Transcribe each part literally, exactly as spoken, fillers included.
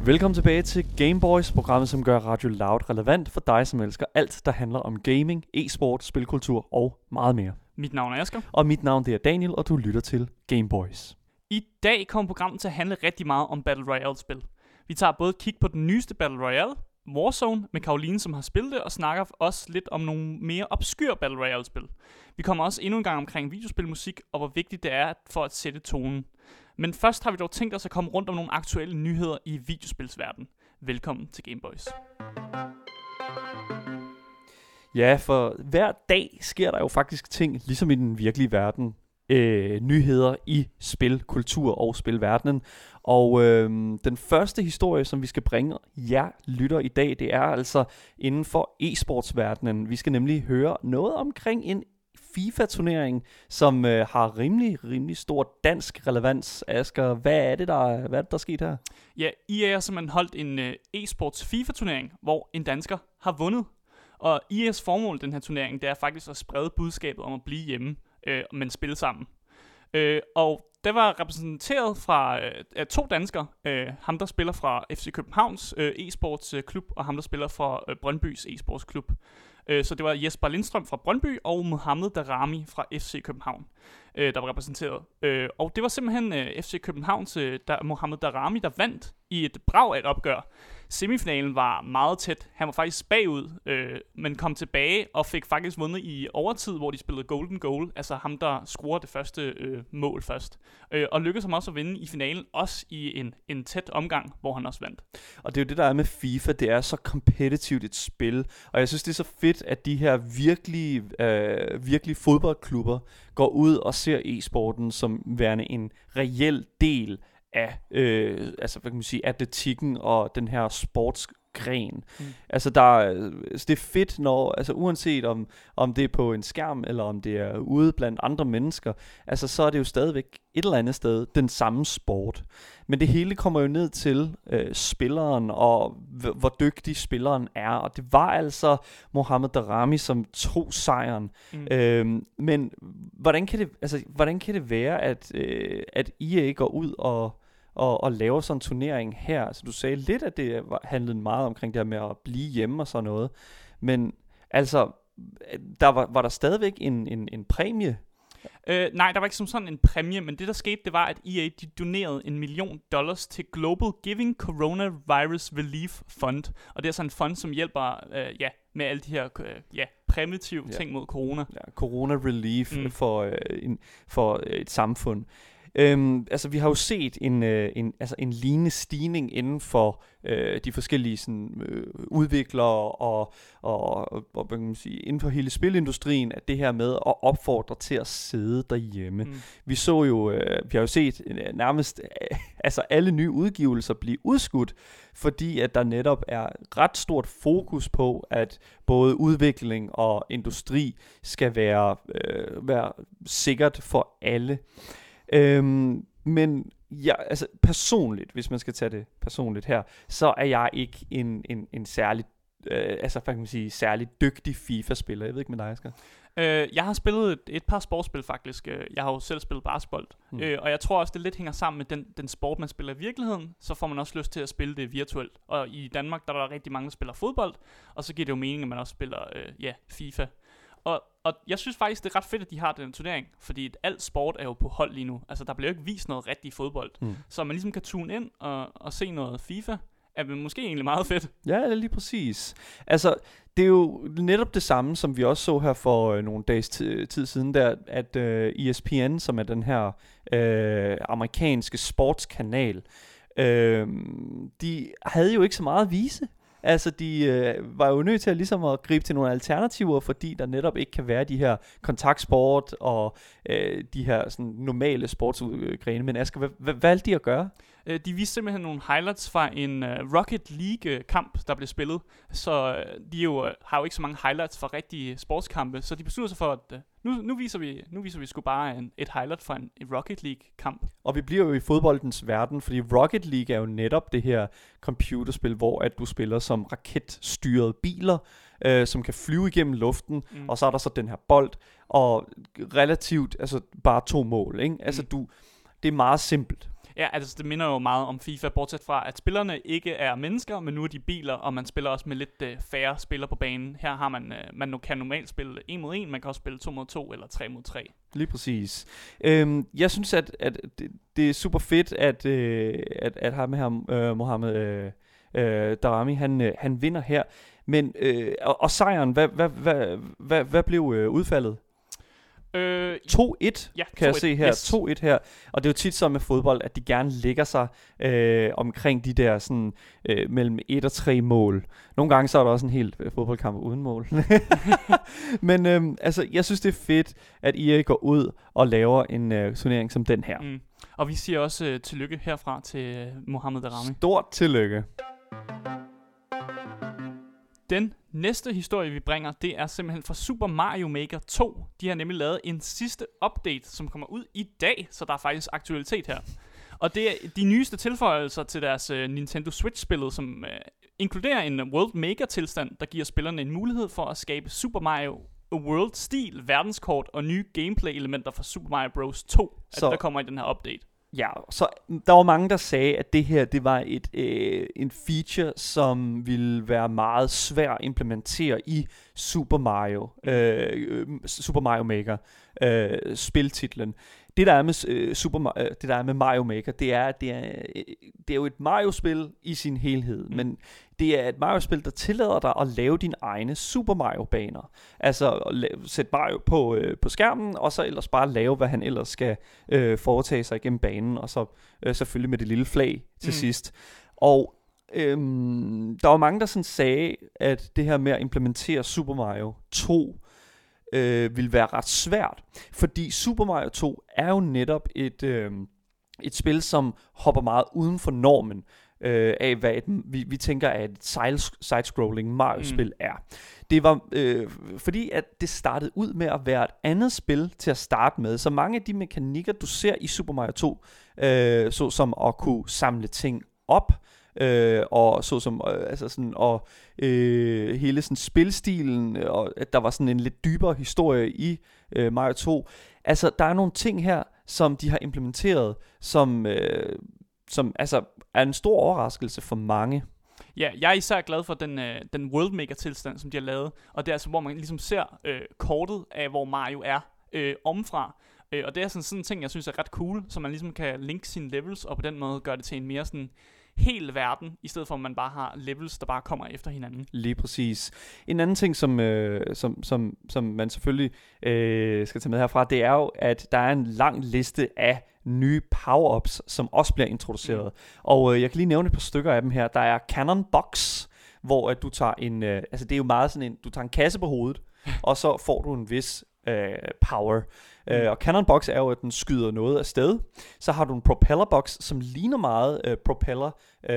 Velkommen tilbage til Gameboys, programmet som gør Radio Loud relevant for dig, som elsker alt, der handler om gaming, e-sport, spilkultur og meget mere. Mit navn er Asger. Og mit navn det er Daniel, og du lytter til Gameboys. I dag kommer programmet til at handle rigtig meget om Battle Royale-spil. Vi tager både et kig på den nyeste Battle Royale, Warzone, med Caroline, som har spillet det, og snakker også lidt om nogle mere obskyre Battle Royale-spil. Vi kommer også endnu en gang omkring videospilmusik, og hvor vigtigt det er for at sætte tonen. Men først har vi dog tænkt os at komme rundt om nogle aktuelle nyheder i videospilsverdenen. Velkommen til Gameboys. Ja, for hver dag sker der jo faktisk ting, ligesom i den virkelige verden. Øh, nyheder i spil, kultur og spilverdenen. Og øh, den første historie, som vi skal bringe jer lytter i dag, det er altså inden for e-sportsverdenen. Vi skal nemlig høre noget omkring en FIFA-turnering, som øh, har rimelig, rimelig stor dansk relevans. Asger, hvad er det, der, hvad er det, der er sket her? Ja, I A har simpelthen holdt en øh, e-sports FIFA-turnering, hvor en dansker har vundet. Og I A's formål i den her turnering, det er faktisk at sprede budskabet om at blive hjemme, øh, men spille sammen. Øh, og det var repræsenteret fra øh, to danskere. Øh, ham, der spiller fra F C Københavns øh, e-sports øh, klub, og ham, der spiller fra øh, Brøndbys e-sports klub. Øh, så det var Jesper Lindstrøm fra Brøndby og Mohamed Darami fra F C København, øh, der var repræsenteret. Øh, og det var simpelthen øh, F C Københavns øh, der, Mohamed Darami, der vandt i et brag af et opgør. Semifinalen var meget tæt. Han var faktisk bagud, øh, men kom tilbage og fik faktisk vundet i overtid, hvor de spillede golden goal, altså ham, der scorede det første øh, mål først. Øh, og lykkedes ham også at vinde i finalen, også i en, en tæt omgang, hvor han også vandt. Og det er jo det, der er med FIFA. Det er så kompetitivt et spil, og jeg synes, det er så fedt, at de her virkelig, øh, virkelig fodboldklubber går ud og ser e-sporten som værende en reel del af øh, altså hvad kan man sige, atletikken og den her sportsgren. Mm. Altså der det er fedt, når altså uanset om om det er på en skærm eller om det er ude blandt andre mennesker, altså så er det jo stadigvæk et eller andet sted den samme sport. Men det hele kommer jo ned til øh, spilleren og v- hvor dygtig spilleren er, og det var altså Mohamed Darami, som tog sejren. Mm. Øhm, men hvordan kan det altså hvordan kan det være at øh, at I A går ud og Og, og laver sådan en turnering her? Så du sagde lidt, at det var, handlede meget omkring det her med at blive hjemme og sådan noget. Men altså, der var, var der stadigvæk en, en, en præmie? Øh, nej, der var ikke som sådan en præmie, men det der skete, det var, at E A de donerede en million dollars til Global Giving Coronavirus Relief Fund. Og det er sådan en fond, som hjælper øh, ja, med alle de her øh, ja, primitive ja. ting mod corona. Ja, corona relief mm. for, øh, en, for et samfund. Øhm, altså vi har jo set en, øh, en, altså en lignende stigning inden for øh, de forskellige sådan, øh, udviklere og, og, og, og hvad kan man sige, inden for hele spilindustrien, at det her med at opfordre til at sidde derhjemme. Mm. Vi så jo, øh, vi har jo set øh, nærmest øh, altså alle nye udgivelser blive udskudt, fordi at der netop er ret stort fokus på, at både udvikling og industri skal være, øh, være sikkert for alle. Øhm, men ja, altså personligt, hvis man skal tage det personligt her, så er jeg ikke en, en, en særlig, øh, altså hvad kan man sige, særlig dygtig FIFA-spiller. Jeg ved ikke med dig, Asger. Øh, jeg har spillet et, et par sportsspil faktisk. Jeg har jo selv spillet basketball, hmm. øh, og jeg tror også, det lidt hænger sammen med den, den sport, man spiller i virkeligheden. Så får man også lyst til at spille det virtuelt. Og i Danmark, der er der rigtig mange, der spiller fodbold, og så giver det jo mening, at man også spiller øh, ja, FIFA. Og, og jeg synes faktisk, det er ret fedt, at de har den turnering, fordi alt sport er jo på hold lige nu. Altså, der bliver jo ikke vist noget rigtig fodbold. Mm. Så man ligesom kan tune ind og, og se noget FIFA, er måske egentlig meget fedt. Ja, lige præcis. Altså, det er jo netop det samme, som vi også så her for øh, nogle dages t- tid siden, der, at øh, E S P N, som er den her øh, amerikanske sportskanal, øh, de havde jo ikke så meget at vise. Altså, de øh, var jo nødt til at, ligesom at gribe til nogle alternativer, fordi der netop ikke kan være de her kontaktsport og øh, de her sådan, normale sportsgrene. Men Asger, hvad, hvad valgte de at gøre? Øh, de viste simpelthen nogle highlights fra en uh, Rocket League-kamp, der blev spillet. Så uh, de jo, uh, har jo ikke så mange highlights fra rigtige sportskampe, så de beslutter sig for, at uh, nu, nu viser vi nu viser vi sgu bare en, et highlight fra en, en Rocket League-kamp. Og vi bliver jo i fodboldens verden, fordi Rocket League er jo netop det her computerspil, hvor at du spiller som raketstyrede biler, øh, som kan flyve igennem luften, mm. og så er der så den her bold, og relativt, altså bare to mål, ikke? Altså mm. du, det er meget simpelt. Ja, altså det minder jo meget om FIFA, bortset fra, at spillerne ikke er mennesker, men nu er de biler, og man spiller også med lidt øh, færre spillere på banen. Her har man, øh, man kan normalt spille en mod en, man kan også spille to mod to eller tre mod tre. Lige præcis. Øhm, jeg synes, at, at det, det er super fedt, at, øh, at, at ham her, øh, Mohamed øh, øh, Daramy, han, øh, han vinder her. Men, øh, og, og sejren, hvad, hvad, hvad, hvad, hvad blev øh, udfaldet? Øh, to et ja, kan jeg se her. Yes. to et her. Og det er jo tit så med fodbold, at de gerne lægger sig øh, omkring de der sådan øh, mellem et og tre mål. Nogle gange så er der også en hel øh, fodboldkamp uden mål. Men øh, altså, jeg synes det er fedt, at I A går ud og laver en øh, turnering som den her. Mm. Og vi siger også øh, tillykke herfra til øh, Mohamed Daramy. Stort tillykke. Den næste historie, vi bringer, det er simpelthen fra Super Mario Maker to. De har nemlig lavet en sidste update, som kommer ud i dag, så der er faktisk aktualitet her. Og det er de nyeste tilføjelser til deres uh, Nintendo Switch-spillet, som uh, inkluderer en World Maker-tilstand, der giver spillerne en mulighed for at skabe Super Mario World-stil, verdenskort og nye gameplay-elementer fra Super Mario Bros. to, at så der kommer i den her update. Ja, så der var mange, der sagde, at det her, det var et øh, en feature, som ville være meget svær at implementere i Super Mario, øh, Super Mario Maker øh, spiltitlen. Det der er med øh, Super øh, det der er med Mario Maker, det er at det er øh, det er jo et Mario-spil i sin helhed, mm. men det er et Mario-spil, der tillader dig at lave dine egne Super Mario-baner. Altså at la- sætte Mario på øh, på skærmen, og så ellers bare lave, hvad han ellers skal øh, foretage sig igennem banen, og så øh, selvfølgelig med det lille flag til mm. sidst. Og øhm, der var mange, der sådan sagde, at det her med at implementere Super Mario to Øh, vil være ret svært, fordi Super Mario to er jo netop et, øh, et spil, som hopper meget uden for normen øh, af, hvad et, vi, vi tænker, at et side-scrolling Mario-spil mm. er. Det var øh, fordi, at det startede ud med at være et andet spil til at starte med, så mange af de mekanikker, du ser i Super Mario to, øh, så som at kunne samle ting op, Øh, og så som øh, altså sådan og øh, hele sådan spilstilen, og at der var sådan en lidt dybere historie i øh, Mario to. Altså der er nogle ting her, som de har implementeret, som øh, som altså er en stor overraskelse for mange. Ja, jeg er især glad for den, øh, den World Maker tilstand, som de har lavet, og det er altså hvor man ligesom ser øh, kortet af hvor Mario er øh, omfra. Øh, og det er sådan sådan en ting, jeg synes er ret cool, så man ligesom kan linke sine levels og på den måde gøre det til en mere sådan hel verden, i stedet for at man bare har levels, der bare kommer efter hinanden. Lige præcis. En anden ting, som, øh, som, som, som man selvfølgelig øh, skal tage med herfra, det er jo, at der er en lang liste af nye power-ups, som også bliver introduceret. Mm. Og øh, jeg kan lige nævne et par stykker af dem her. Der er Cannon Box, hvor at du tager en, øh, altså det er jo meget sådan en, du tager en kasse på hovedet, og så får du en vis øh, power. Mm. Uh, og Cannon Box er jo, at den skyder noget af sted. Så har du en Propeller Box, som ligner meget uh, Propeller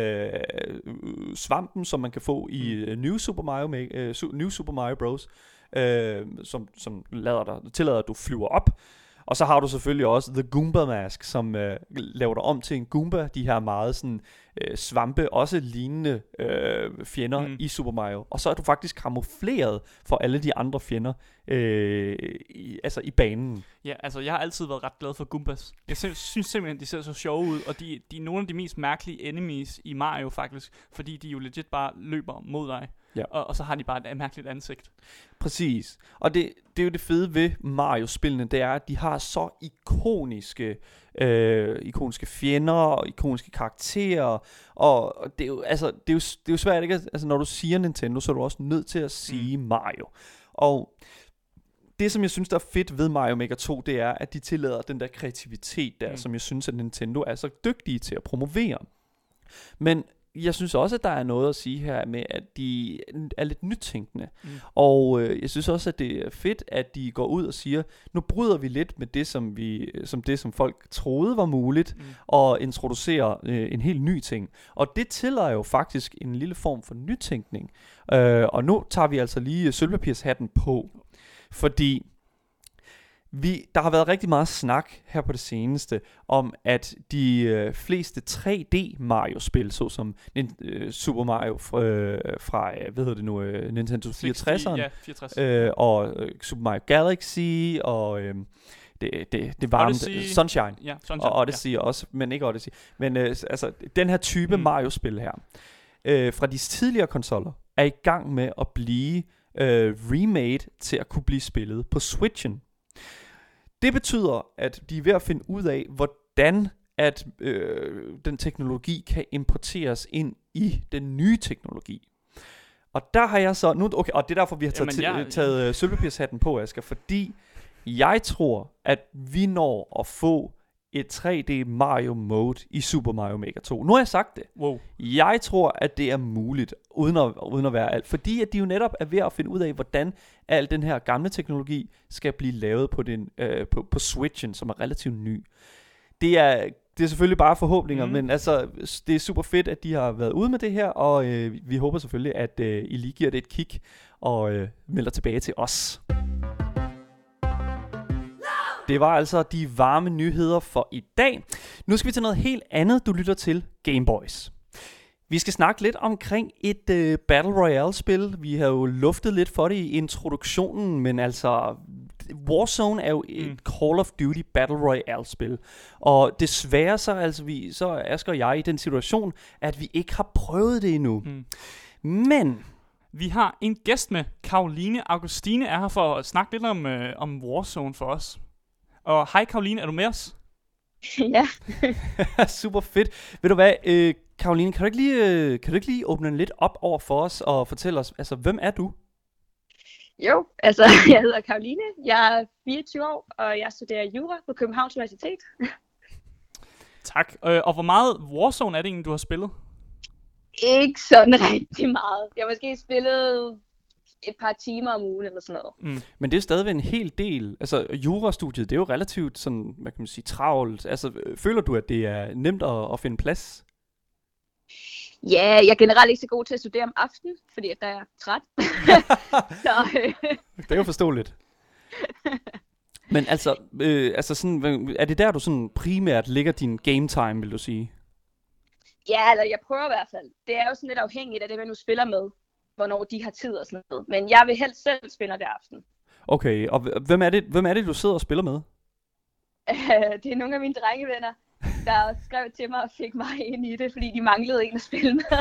uh, svampen, som man kan få i uh, New Super Mario, uh, su- New Super Mario Bros. Uh, som, som lader dig, tillader, at du flyver op. Og så har du selvfølgelig også The Goomba Mask, som øh, laver dig om til en Goomba. De her meget sådan øh, svampe, også lignende øh, fjender mm. i Super Mario. Og så er du faktisk kamufleret for alle de andre fjender, øh, i, altså i banen. Ja, altså jeg har altid været ret glad for Goombas. Jeg synes simpelthen, de ser så sjove ud, og de, de er nogle af de mest mærkelige enemies i Mario faktisk, fordi de jo legit bare løber mod dig. Ja. Og, og så har de bare et mærkeligt ansigt. Præcis. Og det, det er jo det fede ved Mario-spillene, det er, at de har så ikoniske, øh, ikoniske fjender og ikoniske karakterer. Og, og det er jo, altså, det er jo, det er jo svært, ikke? Altså, når du siger Nintendo, så er du også nødt til at sige mm. Mario. Og det, som jeg synes, der er fedt ved Mario Maker to, det er, at de tillader den der kreativitet der, mm. som jeg synes, at Nintendo er så dygtige til at promovere. Men jeg synes også, at der er noget at sige her med, at de er lidt nytænkende. Mm. Og øh, jeg synes også, at det er fedt, at de går ud og siger, nu bryder vi lidt med det, som, vi, som, det, som folk troede var muligt, mm. og introducerer øh, en helt ny ting. Og det tillader jo faktisk en lille form for nytænkning. Øh, og nu tager vi altså lige sølvpapirshatten på, fordi Vi, der har været rigtig meget snak her på det seneste om, at de øh, fleste tre D Mario-spil, såsom øh, Super Mario fra, øh, fra øh, hvad hedder det nu, øh, Nintendo fireogtresseren, ja, fireogtres. øh, og øh, Super Mario Galaxy, og øh, det, det, det varme. Odyssey. Sunshine. Ja, Sunshine. Og Odyssey ja. også, men ikke Odyssey. Men øh, altså, den her type mm. Mario-spil her, øh, fra de tidligere konsoller, er i gang med at blive øh, remade til at kunne blive spillet på Switchen. Det betyder, at de er ved at finde ud af, hvordan at øh, den teknologi kan importeres ind i den nye teknologi. Og der har jeg så nu, okay, og det er derfor vi har taget, Jamen, jeg, t- taget øh, sølvpapirshatten på, Asger, fordi jeg tror, at vi når at få et tre D Mario mode i Super Mario Maker to. Nu har jeg sagt det. Wow. Jeg tror, at det er muligt, uden at, uden at være alt. Fordi at de jo netop er ved at finde ud af, hvordan al den her gamle teknologi skal blive lavet på, den, øh, på, på Switchen, som er relativt ny. Det er, det er selvfølgelig bare forhåbninger, mm. men altså, det er super fedt, at de har været ude med det her, og øh, vi håber selvfølgelig, at øh, I lige giver det et kig, og øh, melder tilbage til os. Det var altså de varme nyheder for i dag. Nu skal vi til noget helt andet. Du lytter til Game Boys. Vi skal snakke lidt omkring et uh, Battle Royale-spil. Vi har jo luftet lidt for det i introduktionen, men altså Warzone er jo et mm. Call of Duty Battle Royale-spil. Og desværre så, altså vi, så er Asger og jeg i den situation, at vi ikke har prøvet det endnu. Mm. Men vi har en gæst med. Karoline Augustine er her for at snakke lidt om, øh, om Warzone for os. Og hej Karoline, er du med os? Ja. Super fedt. Ved du hvad, øh, Karoline, kan du, ikke lige, øh, kan du ikke lige åbne lidt op over for os og fortælle os, altså hvem er du? Jo, altså jeg hedder Karoline, jeg er fireogtyve år, og jeg studerer jura på Københavns Universitet. Tak. Øh, og hvor meget Warzone er det egentlig, du har spillet? Ikke sådan rigtig meget. Jeg har måske spillet et par timer om ugen eller sådan noget. Mm. Men det er stadigvæk en hel del. Altså jurastudiet, det er jo relativt sådan, hvad kan man sige, travlt. Altså føler du, at det er nemt at, at finde plads? Ja, jeg er generelt ikke så god til at studere om aftenen, fordi at der er træt. så, øh. Det er jo forståeligt. Men altså, øh, altså sådan, er det der, du sådan primært ligger din game time, vil du sige? Ja, eller jeg prøver i hvert fald. Det er jo sådan lidt afhængigt af det, man nu spiller med, hvornår de har tid og sådan noget. Men jeg vil helst selv spille det aften. Okay, og hvem er det, hvem er det du sidder og spiller med? Det er nogle af mine drengevenner, der skrev til mig og fik mig ind i det, fordi de manglede en at spille med.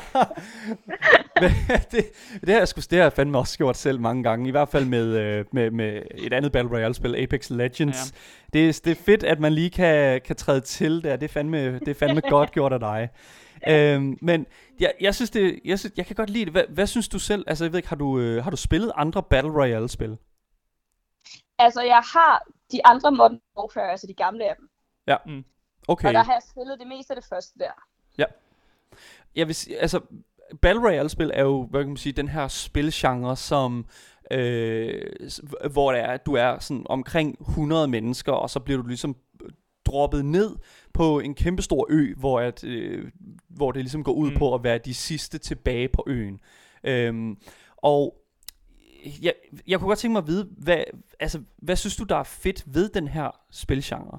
det, det har jeg sgu det har jeg fandme også gjort selv mange gange. I hvert fald med, med, med et andet Battle Royale-spil, Apex Legends. Ja. Det, det er fedt, at man lige kan, kan træde til der. Det er fandme, det er fandme godt gjort af dig. Ja. Øhm, men jeg, jeg synes det, jeg, synes, jeg kan godt lide det. Hvad, hvad synes du selv? Altså jeg ved ikke, har du, øh, har du spillet andre Battle Royale-spil? Altså jeg har de andre Modern Warfare, altså de gamle af dem. Ja. Mm. Okay. Og der har jeg spillet det meste af det første der. Ja. Jeg vil sige, altså Battle Royale-spil er jo, hvad kan man sige, den her spilgenre, som øh, hvor det er, du er sådan omkring hundrede mennesker, og så bliver du ligesom droppet ned på en kæmpestor ø, hvor, at, øh, hvor det ligesom går ud mm. på at være de sidste tilbage på øen. Øhm, og jeg, jeg kunne godt tænke mig at vide, hvad, altså, hvad synes du, der er fedt ved den her spilgenre?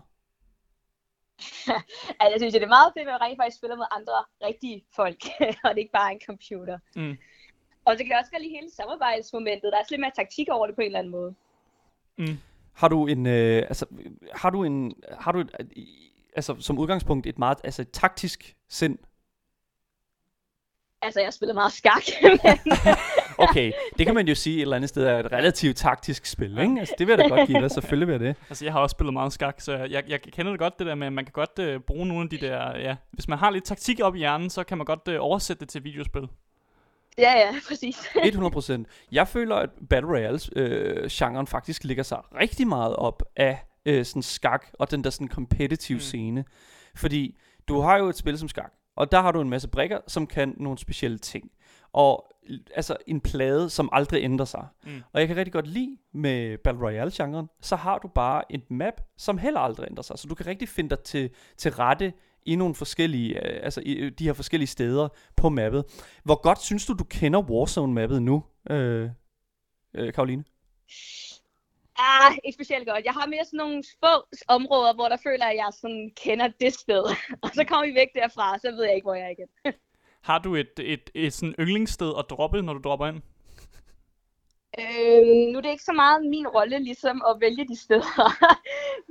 Altså, jeg synes, det er meget fedt, at man rent faktisk spiller med andre rigtige folk, og det er ikke bare en computer. Mm. Og så kan jeg også godt lide hele samarbejdsmomentet. Der er lidt mere taktik over det på en eller anden måde. Mm. Har du en, øh, altså, har du en, har du et, altså, som udgangspunkt et meget, altså et taktisk sind? Altså, jeg spiller meget skak. Men okay, det kan man jo sige et eller andet sted er et relativt taktisk spil, ikke? Altså, det vil jeg da godt give dig, selvfølgelig vil jeg det. Altså, jeg har også spillet meget skak, så jeg, jeg kender det godt, det der med, at man kan godt uh, bruge nogle af de der, ja, hvis man har lidt taktik op i hjernen, så kan man godt uh, oversætte det til videospil. Ja, ja, præcis. hundrede procent. Jeg føler, at Battle Royale-genren øh, faktisk ligger sig rigtig meget op af øh, sådan skak og den der sådan competitive mm. scene. Fordi du har jo et spil som skak, og der har du en masse brikker, som kan nogle specielle ting. Og altså en plade, som aldrig ændrer sig. Mm. Og jeg kan rigtig godt lide med Battle Royale-genren, så har du bare et map, som heller aldrig ændrer sig. Så du kan rigtig finde dig til, til rette i nogle forskellige, øh, altså i de her forskellige steder på mappet. Hvor godt synes du, du kender Warzone-mappet nu, øh, øh, Karoline? Ah, ikke specielt godt. Jeg har mere sådan nogle få områder, hvor der føler, at jeg sådan kender det sted. Og så kommer vi væk derfra, så ved jeg ikke, hvor jeg er igen. Har du et, et, et, et sådan yndlingssted at droppe, når du dropper ind? Øhm, nu er det ikke så meget min rolle ligesom at vælge de steder.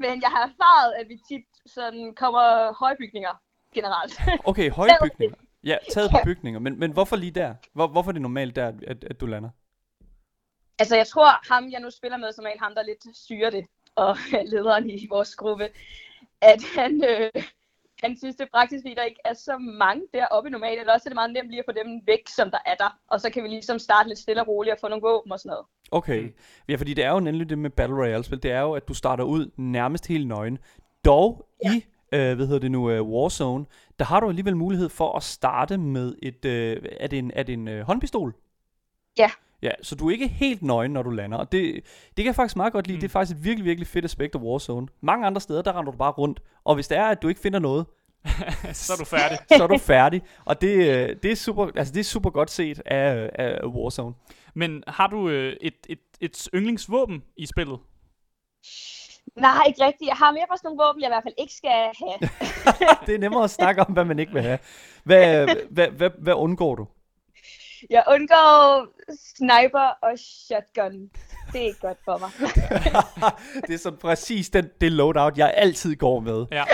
Men jeg har erfaret, at vi tit sådan kommer høje bygninger generelt. Okay, høje bygninger. Ja, taget på bygninger. Men, men hvorfor lige der? Hvor, hvorfor er det normalt der, at, at du lander? Altså, jeg tror, ham jeg nu spiller med, som er ham, der lidt styrer det, og lederen i vores gruppe, at han, øh, han synes, det er praktisk, fordi der ikke er så mange deroppe normalt, eller også er det meget nemt lige at få dem væk, som der er der, og så kan vi ligesom starte lidt stille og roligt og få nogle våben og sådan noget. Okay, ja, fordi det er jo nemlig det med Battle Royale-spil, det er jo, at du starter ud nærmest helt nøgen. Dog ja. i, øh, hvad hedder det nu, uh, Warzone, der har du alligevel mulighed for at starte med et, øh, er det en, er det en øh, håndpistol? Ja. Ja, så du er ikke helt nøgen, når du lander, og det, det kan jeg faktisk meget godt lide. Mm. Det er faktisk et virkelig, virkelig fedt aspekt af Warzone. Mange andre steder, der render du bare rundt, og hvis det er, at du ikke finder noget, så er du færdig. så er du færdig, og det, det, er, super, altså det er super godt set af, af Warzone. Men har du øh, et, et, et yndlingsvåben i spillet? Nej, ikke rigtigt. Jeg har mere på sådan nogle våben, jeg i hvert fald ikke skal have. Det er nemmere at snakke om, hvad man ikke vil have. Hvad, hvad, hvad, hvad undgår du? Jeg undgår sniper og shotgun. Det er ikke godt for mig. Det er sådan præcis den, det loadout, jeg altid går med. Ja.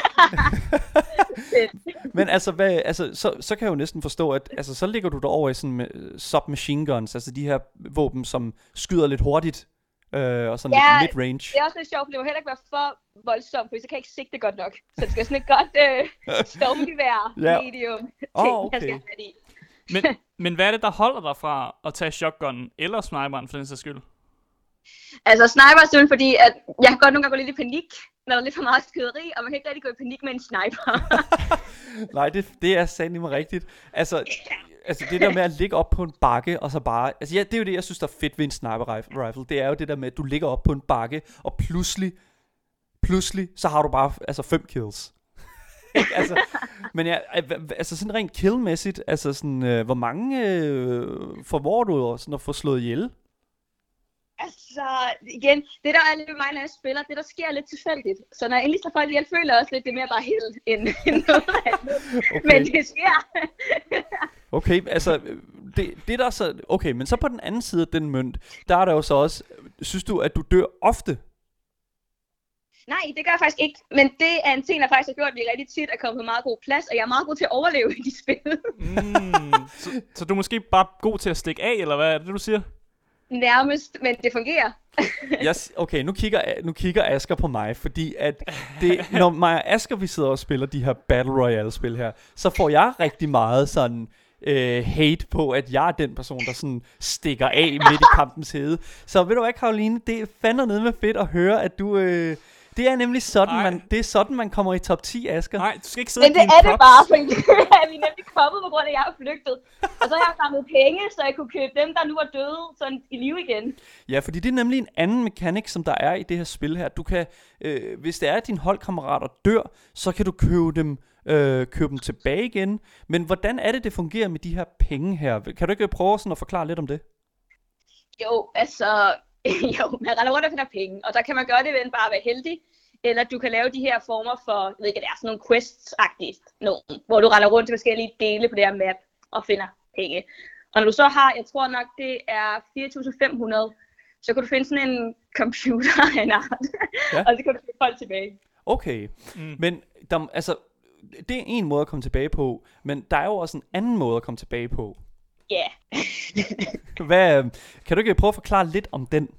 Men altså, hvad, altså så, så kan jeg jo næsten forstå, at altså, så ligger du derover i sådan med submachine guns, altså de her våben, som skyder lidt hurtigt, øh, og sådan ja, lidt mid-range. Det er også lidt sjovt, for det må heller ikke være for voldsomt, for så kan jeg ikke sigte godt nok. Så det skal sådan et godt øh, stormgevær ja. medium ting, oh, okay. jeg skal have i. men, men hvad er det, der holder dig fra at tage shotgunnen eller sniperen for den sags skyld? Altså sniper er simpelthen fordi, at jeg kan godt nogle gange gå lidt i panik, når der er lidt for meget skyderi, og man kan ikke rigtig gå i panik med en sniper. Nej, det, det er sandelig rigtigt. Altså, altså det der med at ligge op på en bakke, og så bare... Altså ja, det er jo det, jeg synes, der er fedt ved en sniper rifle. Det er jo det der med, at du ligger op på en bakke, og pludselig, pludselig, så har du bare altså fem kills. altså, men ja, altså sådan rent killmæssigt, altså sådan, øh, hvor mange øh, formår du sådan at få slået ihjel? Altså, igen, det der er lidt med mig, når jeg spiller, det der sker lidt tilfældigt. Så når jeg endelig slår folk ihjel, føler jeg også lidt, det er mere bare held end, end noget andet. Okay. Men det sker. Okay, altså, det, det der så, okay, men så på den anden side af den mønt, der er der jo så også, synes du, at du dør ofte? Nej, det gør jeg faktisk ikke. Men det er en ting, der faktisk har gjort, at vi rigtig tit er kommet på meget god plads, og jeg er meget god til at overleve i de spil. mm, så, så du er måske bare god til at stikke af, eller hvad er det, du siger? Nærmest, men det fungerer. yes, okay, nu kigger, nu kigger Asger på mig, fordi at det, når mig og Asger, vi sidder og spiller de her Battle Royale-spil her, så får jeg rigtig meget sådan øh, hate på, at jeg er den person, der sådan stikker af midt i kampens hede. Så ved du hvad, Caroline, det er fandme nede med fedt at høre, at du... Øh, det er nemlig sådan, man, det er sådan, man kommer i top ti, Asger. Nej, du skal ikke sidde men det er props. Det bare, fordi vi er nemlig kommet på grund af, at jeg har flygtet. Og så har jeg samlet penge, så jeg kunne købe dem, der nu er døde, sådan i live igen. Ja, fordi det er nemlig en anden mekanik, som der er i det her spil her. Du kan, øh, hvis det er, at dine holdkammerater dør, så kan du købe dem, øh, købe dem tilbage igen. Men hvordan er det, det fungerer med de her penge her? Kan du ikke prøve sådan at forklare lidt om det? Jo, altså... Jo, man render rundt og finder penge, og der kan man gøre det ved bare at være heldig, eller du kan lave de her former for, jeg ved ikke, det er sådan nogle quests-agtigt, nogen, hvor du render rundt til forskellige dele på det her map og finder penge. Og når du så har, jeg tror nok, det er fire tusind fem hundrede, så kan du finde sådan en computer af en art, ja. Og så kan du finde folk tilbage. Okay, mm. men der, altså, det er en måde at komme tilbage på, men der er jo også en anden måde at komme tilbage på. Ja. Yeah. Hvad, kan du ikke prøve at forklare lidt om den?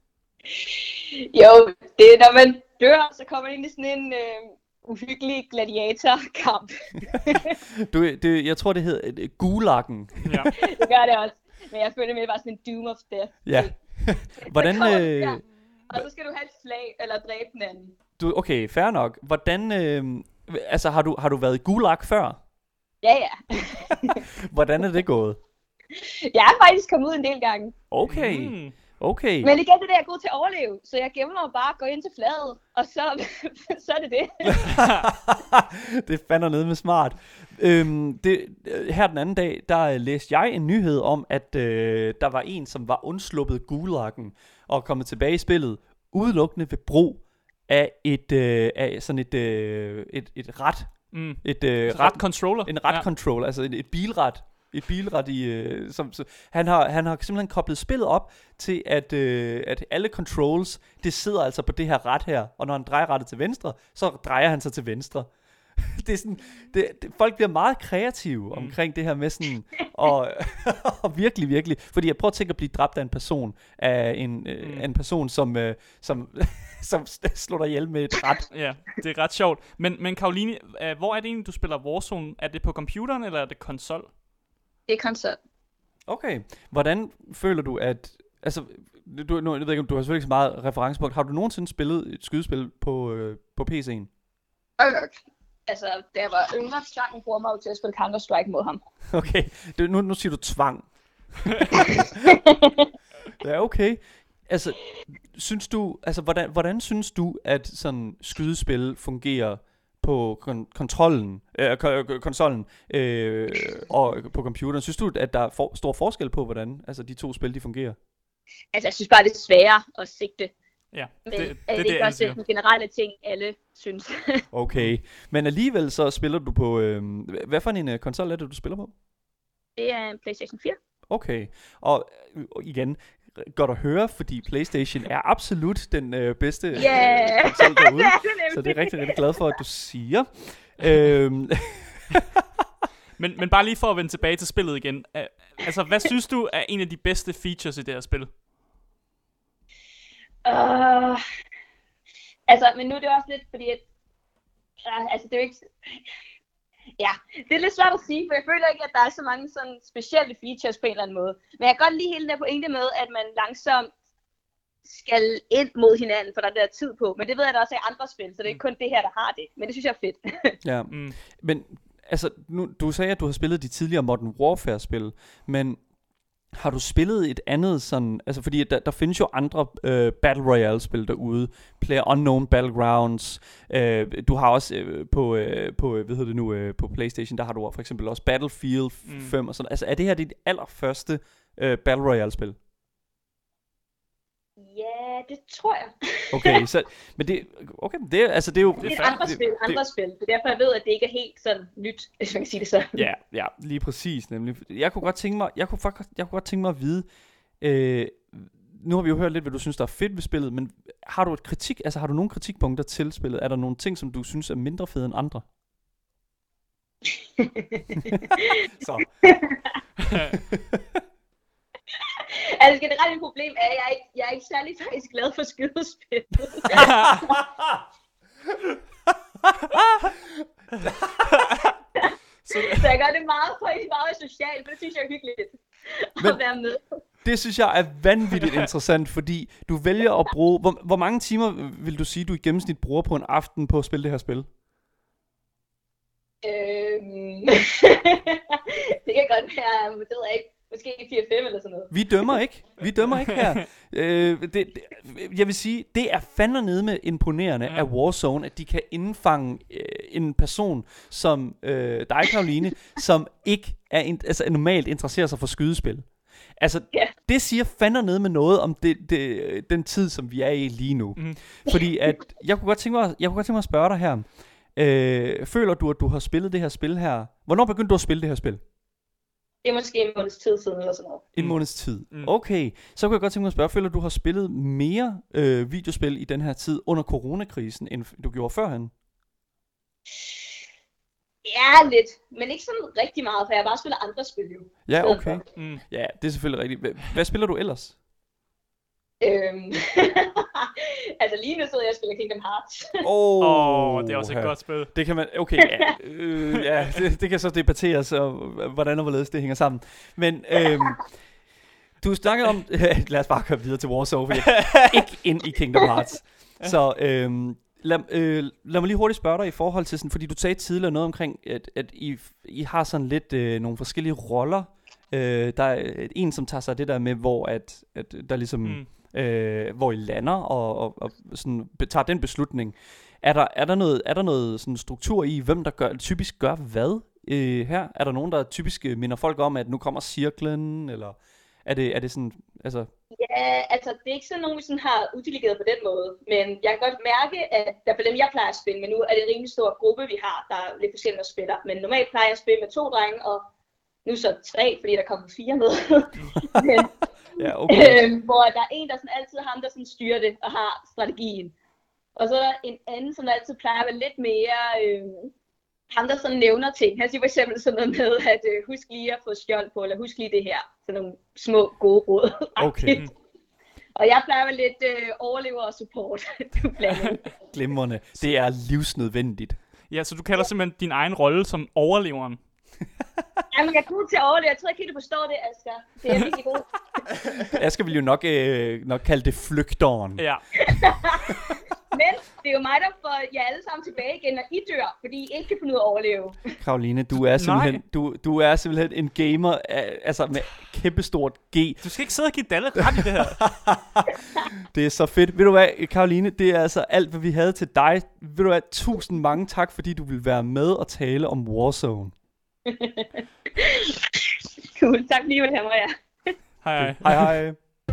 Jo, det er når man dør, så kommer man ind i sådan en øh, uhyggelig gladiatorkamp. du, det, jeg tror det hedder Gulagen. Ja. Det gør det også. Men jeg føler mere bare sådan en doom of death. Ja. Hvordan? Øh... Ja. Og så skal du have et slag eller dræbe den anden. Du, okay, fair nok. Hvordan? Øh... Altså har du har du været i Gulag før? Ja, ja. Hvordan er det gået? Jeg er faktisk kommet ud en del gange. Okay, mm. okay. Men igen, det der er god til at overleve, så jeg gemmer mig bare at gå ind til fladet, og så, så er det det. Det fandt ned med smart. Øhm, det, her den anden dag, der læste jeg en nyhed om, at øh, der var en, som var undsluppet Gulagen og kommet tilbage i spillet, udelukkende ved brug af et, øh, af sådan et, øh, et, et ret. Mm. Et, øh, ret controller. En ret ja. controller, altså et, et bilret. Et bilret i... Øh, som, så, han, har, han har simpelthen koblet spillet op til, at, øh, at alle controls, det sidder altså på det her ret her. Og når han drejer rettet til venstre, så drejer han sig til venstre. Det er sådan, det, det, folk bliver meget kreative mm. omkring det her med sådan, og, og virkelig, virkelig, fordi jeg prøver at tænke at blive dræbt af en person, af en, øh, mm. en person, som, øh, som, som slår dig ihjel med et ret. Ja, det er ret sjovt. Men, men Karoline, øh, hvor er det egentlig, du spiller Warzone? Er det på computeren, eller er det konsol? Det er konsol. Okay, hvordan føler du, at, altså, du, nu, jeg ved ikke, om du har selvfølgelig ikke så meget referencepunkt, har du nogensinde spillet et skydespil på, øh, på P C'en? Okay. Altså, da jeg var yngre, tvang min bror mig til at spille Counter-Strike mod ham. Okay, det, nu, nu siger du tvang. Ja, okay. Altså, synes du, altså, hvordan, hvordan synes du, at sådan skydespil fungerer på kon- kontrollen, øh, k- konsollen øh, og på computeren? Synes du, at der er for, stor forskel på, hvordan altså, de to spil, de fungerer? Altså, jeg synes bare, det er sværere at sigte. Ja, Men det, det, det, er det, det ikke det også den generelle ting, alle synes? Okay, men alligevel så spiller du på, øh, hvad for en uh, konsol er det, du spiller på? Det er en PlayStation fire. Okay, og øh, igen, godt at høre, fordi PlayStation er absolut den øh, bedste øh, Yeah. konsol derude, Det er det nemlig. så det er rigtig, rigtig glad for, at du siger. øhm, men, men bare lige for at vende tilbage til spillet igen. Uh, altså, hvad synes du er en af de bedste features i det her spil? Uh, altså, men nu er det også lidt, fordi at, uh, altså det er jo ikke, ja, det er lidt svært at sige, for jeg føler ikke, at der er så mange sådan specielle features på en eller anden måde. Men jeg kan godt lide hele den der pointe med, at man langsomt skal ind mod hinanden, for der er der tid på. Men det ved jeg da også i andre spil, så det er ikke kun det her, der har det. Men det synes jeg er fedt. ja, mm. men altså, nu, du sagde, at du har spillet de tidligere Modern Warfare-spil, men har du spillet et andet sådan, altså fordi der, der findes jo andre øh, Battle Royale-spil derude, PlayerUnknown Battlegrounds, øh, du har også øh, på, øh, på, hvad hedder det nu, øh, på PlayStation, der har du for eksempel også Battlefield mm. fem og sådan, altså er det her dit allerførste øh, Battle Royale-spil? Ja, det tror jeg. Okay, så, men det, okay, det, altså det er jo... Det er et andre spil, andre det, spil, det er derfor jeg ved, at det ikke er helt sådan nyt, hvis man kan sige det sådan. Ja, ja, lige præcis nemlig. Jeg kunne godt tænke mig, jeg kunne faktisk, jeg kunne godt tænke mig at vide, øh, nu har vi jo hørt lidt, hvad du synes, der er fedt ved spillet, men har du et kritik, altså har du nogle kritikpunkter til spillet? Er der nogle ting, som du synes er mindre fede end andre? Så. Altså generelt et problem er, at jeg er ikke, jeg er ikke særlig faktisk glad for skydespil. Så jeg gør det meget på en meget socialt, for det synes jeg er hyggeligt Men at være med. Det synes jeg er vanvittigt interessant, fordi du vælger at bruge... Hvor, hvor mange timer vil du sige, du i gennemsnit bruger på en aften på at spille det her spil? Øhm... det kan godt være, det ved jeg ikke. Måske fire fem eller sådan noget. Vi dømmer ikke. Vi dømmer ikke her. øh, det, det, jeg vil sige, det er fandme med imponerende ja. af Warzone, at de kan indfange øh, en person som øh, dig, Karoline, som ikke er in, altså, normalt interesserer sig for skydespil. Altså, ja. det siger fandme med noget om det, det, den tid, som vi er i lige nu. Mm. Fordi at, jeg kunne godt tænke mig, jeg kunne godt tænke mig at spørge dig her. Øh, føler du, at du har spillet det her spil her? Hvornår begyndte du at spille det her spil? Det er måske en måneds tid siden eller sådan noget. En måneds tid. Mm. Okay, så kunne jeg godt tænke mig at spørge, føler du har spillet mere øh, videospil i den her tid under coronakrisen, end du gjorde førhen? Ja, lidt. Men ikke sådan rigtig meget, for jeg har bare spillet andre spil jo. Ja, okay. Mm. Ja, det er selvfølgelig rigtigt. Hvad, hvad spiller du ellers? Øhm. altså lige nu sidder jeg og spiller Kingdom Hearts. Åh, oh, oh, det er også et godt spil. Det kan man, okay, ja, øh, ja det, det kan så debatteres, og hvordan og hvorledes det hænger sammen. Men øhm, du snakkede om, lad os bare køre videre til Warzone, ikke ind i Kingdom Hearts. Så øhm, lad, øh, lad mig lige hurtigt spørge dig i forhold til sådan, fordi du sagde tidligere noget omkring, at, at I, I har sådan lidt øh, nogle forskellige roller. Øh, der er en, som tager sig det der med, hvor at, at der ligesom... Mm. Øh, hvor I lander og, og, og sådan tager den beslutning. Er der, er der noget, er der noget sådan struktur i, hvem der gør, typisk gør hvad øh, her? Er der nogen, der typisk minder folk om, at nu kommer cirklen, eller er det, er det sådan, altså... Ja, altså det er ikke sådan nogen, vi sådan har uddelegeret på den måde, men jeg kan godt mærke, at der på dem, jeg plejer at spille, men nu er det en rimelig stor gruppe, vi har, der er lidt forskellige, der spiller, men normalt plejer jeg at spille med to drenge, og nu så tre, fordi der kommer fire med. Men, ja, okay. øhm, hvor der er en, der sådan altid er ham, der sådan styrer det og har strategien. Og så er der en anden, som altid plejer at være lidt mere øh, ham, der sådan nævner ting. Han siger for eksempel sådan noget med, at øh, husk lige at få skjold på, eller husk lige det her. Sådan nogle små gode råd. Okay. Og jeg plejer at være lidt øh, overlever og support. Glimrende. Det er livsnødvendigt. Ja, så du kalder simpelthen din egen rolle som overleveren. Jamen, jeg er god til at overleve. Jeg tror ikke helt, du forstår det, Asger. Det er virkelig god. Asger vil jo nok, øh, nok kalde det flygteren. Ja. Men det er jo mig, der får jer alle sammen tilbage igen, når I dør, fordi I ikke kan finde ud af at overleve. Caroline, du er simpelthen, du, du er simpelthen en gamer, altså med kæmpestort G. Du skal ikke sidde og give Dalle ret i det her. Det er så fedt. Ved du hvad, Caroline, det er altså alt, hvad vi havde til dig. Ved du hvad, tusind mange tak, fordi du vil være med og tale om Warzone. Cool, tak fordi I vil have mig, ja. Hej hej. Hej hej.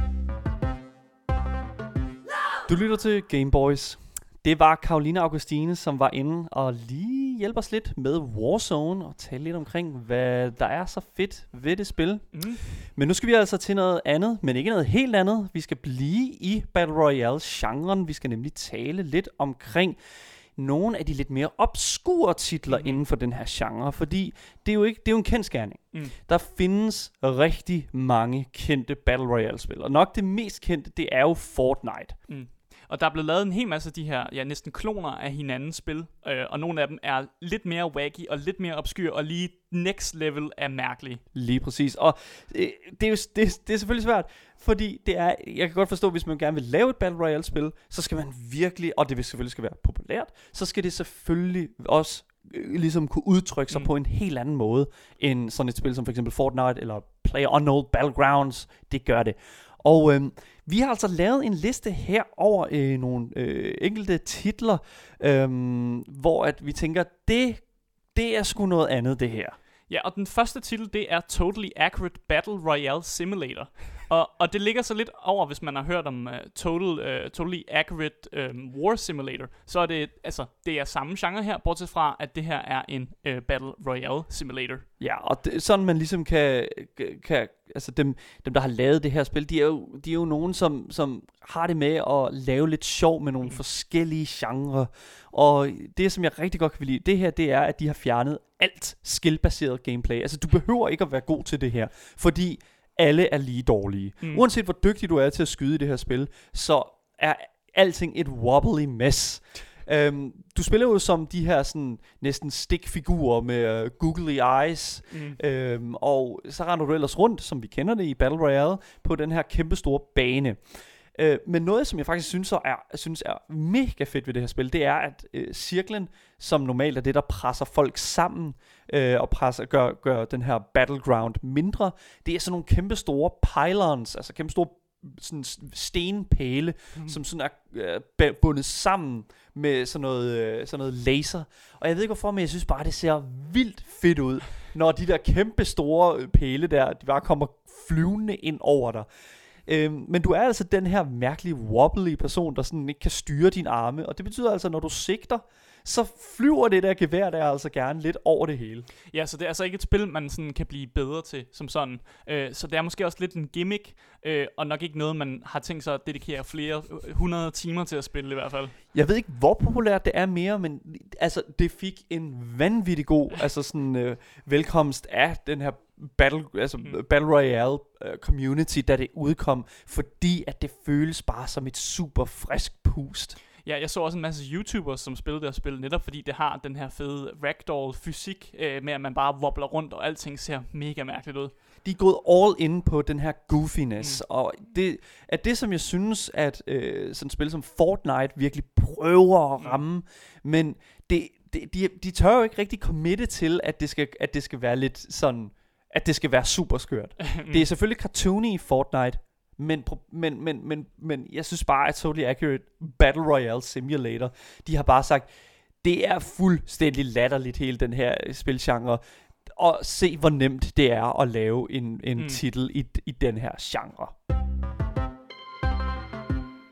Du lytter til Game Boys. Det var Caroline Augustine, som var inde og lige hjælpe os lidt med Warzone og tale lidt omkring, hvad der er så fedt ved det spil. Mm. Men nu skal vi altså til noget andet, men ikke noget helt andet. Vi skal blive i Battle Royale-genren. Vi skal nemlig tale lidt omkring nogle af de lidt mere obskure titler mm. inden for den her genre, fordi det er jo ikke det er jo en kendsgerning. Mm. Der findes rigtig mange kendte Battle Royale-spil, og nok det mest kendte, det er jo Fortnite. Mm. Og der er blevet lavet en hel masse af de her, ja, næsten kloner af hinandens spil, øh, og nogle af dem er lidt mere wacky og lidt mere obskyr og lige next level af mærkelige. Lige præcis. Og øh, det er jo det, det er selvfølgelig svært, fordi det er, jeg kan godt forstå, hvis man gerne vil lave et Battle Royale spil, så skal man virkelig, og det vil selvfølgelig skal være populært, så skal det selvfølgelig også øh, ligesom kunne udtrykke sig mm. på en helt anden måde end sådan et spil som for eksempel Fortnite eller PlayerUnknown's Battlegrounds. Det gør det. Og øh, vi har altså lavet en liste her over øh, nogle øh, enkelte titler, øh, hvor at vi tænker, det, det er sgu noget andet det her. Ja, og den første titel, det er Totally Accurate Battle Royale Simulator. og, og det ligger så lidt over, hvis man har hørt om uh, Total, uh, Totally Accurate um, War Simulator, så er det, altså, det er samme genre her, bortset fra, at det her er en uh, Battle Royale Simulator. Ja, og det, sådan man ligesom kan, kan altså dem, dem der har lavet det her spil, de er jo, de er jo nogen, som, som har det med at lave lidt sjov med nogle mm. forskellige genrer. Og det, som jeg rigtig godt kan lide, det her, det er, at de har fjernet alt skill-baseret gameplay. Altså, du behøver ikke at være god til det her, fordi alle er lige dårlige. Mm. Uanset hvor dygtig du er til at skyde i det her spil, så er alting et wobbly mess. Um, du spiller jo som de her sådan næsten stikfigurer med uh, googly eyes, mm. um, og så render du ellers rundt, som vi kender det i Battle Royale, på den her kæmpe store bane. Uh, men noget, som jeg faktisk synes er, synes er mega fedt ved det her spil, det er, at uh, cirklen, som normalt er det, der presser folk sammen, uh, og presser, gør, gør den her battleground mindre, det er sådan nogle kæmpe store pylons, altså kæmpe store sådan stenpæle, mm. som sådan er øh, bundet sammen med sådan noget, øh, sådan noget laser. Og jeg ved ikke hvorfor, men jeg synes bare, det ser vildt fedt ud, når de der kæmpe store pæle der, de bare kommer flyvende ind over dig. Øhm, men du er altså den her mærkelige wobbly person, der sådan ikke kan styre dine arme, og det betyder altså, når du sigter, så flyver det der gevær der altså gerne lidt over det hele. Ja, så det er altså ikke et spil, man sådan kan blive bedre til som sådan. Øh, så det er måske også lidt en gimmick, øh, og nok ikke noget, man har tænkt sig at dedikere flere hundrede timer til at spille i hvert fald. Jeg ved ikke, hvor populært det er mere, men altså, det fik en vanvittig god altså sådan, øh, velkomst af den her Battle, altså mm. Battle Royale uh, community, da det udkom, fordi at det føles bare som et super frisk pust. Ja, jeg så også en masse YouTubers, som spillede det her spil, netop fordi det har den her fede ragdoll-fysik, øh, med at man bare wobbler rundt, og alting ser mega mærkeligt ud. De er gået all in på den her goofiness, mm. og det er det, som jeg synes, at øh, sådan et spil som Fortnite virkelig prøver at ramme, mm. men det, det, de, de tør jo ikke rigtig committe til, at det skal, at det skal være lidt sådan, at det skal være super skørt. mm. Det er selvfølgelig cartoony i Fortnite, Men, men, men, men, men jeg synes bare, at Totally Accurate Battle Royale Simulator, de har bare sagt, det er fuldstændig latterligt hele den her spilgenre, og se hvor nemt det er at lave en, en mm. titel i, i den her genre.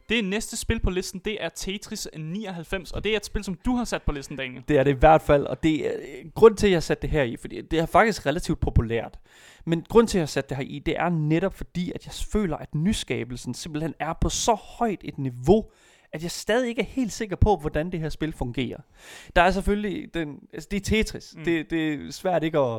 Det næste spil på listen, det er Tetris nioghalvfems, og det er et spil, som du har sat på listen, Daniel. Det er det i hvert fald, og det er grund til, at jeg har sat det her i, fordi det er faktisk relativt populært. Men grund til, at jeg har sat det her i, det er netop fordi, at jeg føler, at nyskabelsen simpelthen er på så højt et niveau, at jeg stadig ikke er helt sikker på, hvordan det her spil fungerer. Der er selvfølgelig, den, altså det er Tetris. Mm. Det, det er svært ikke at...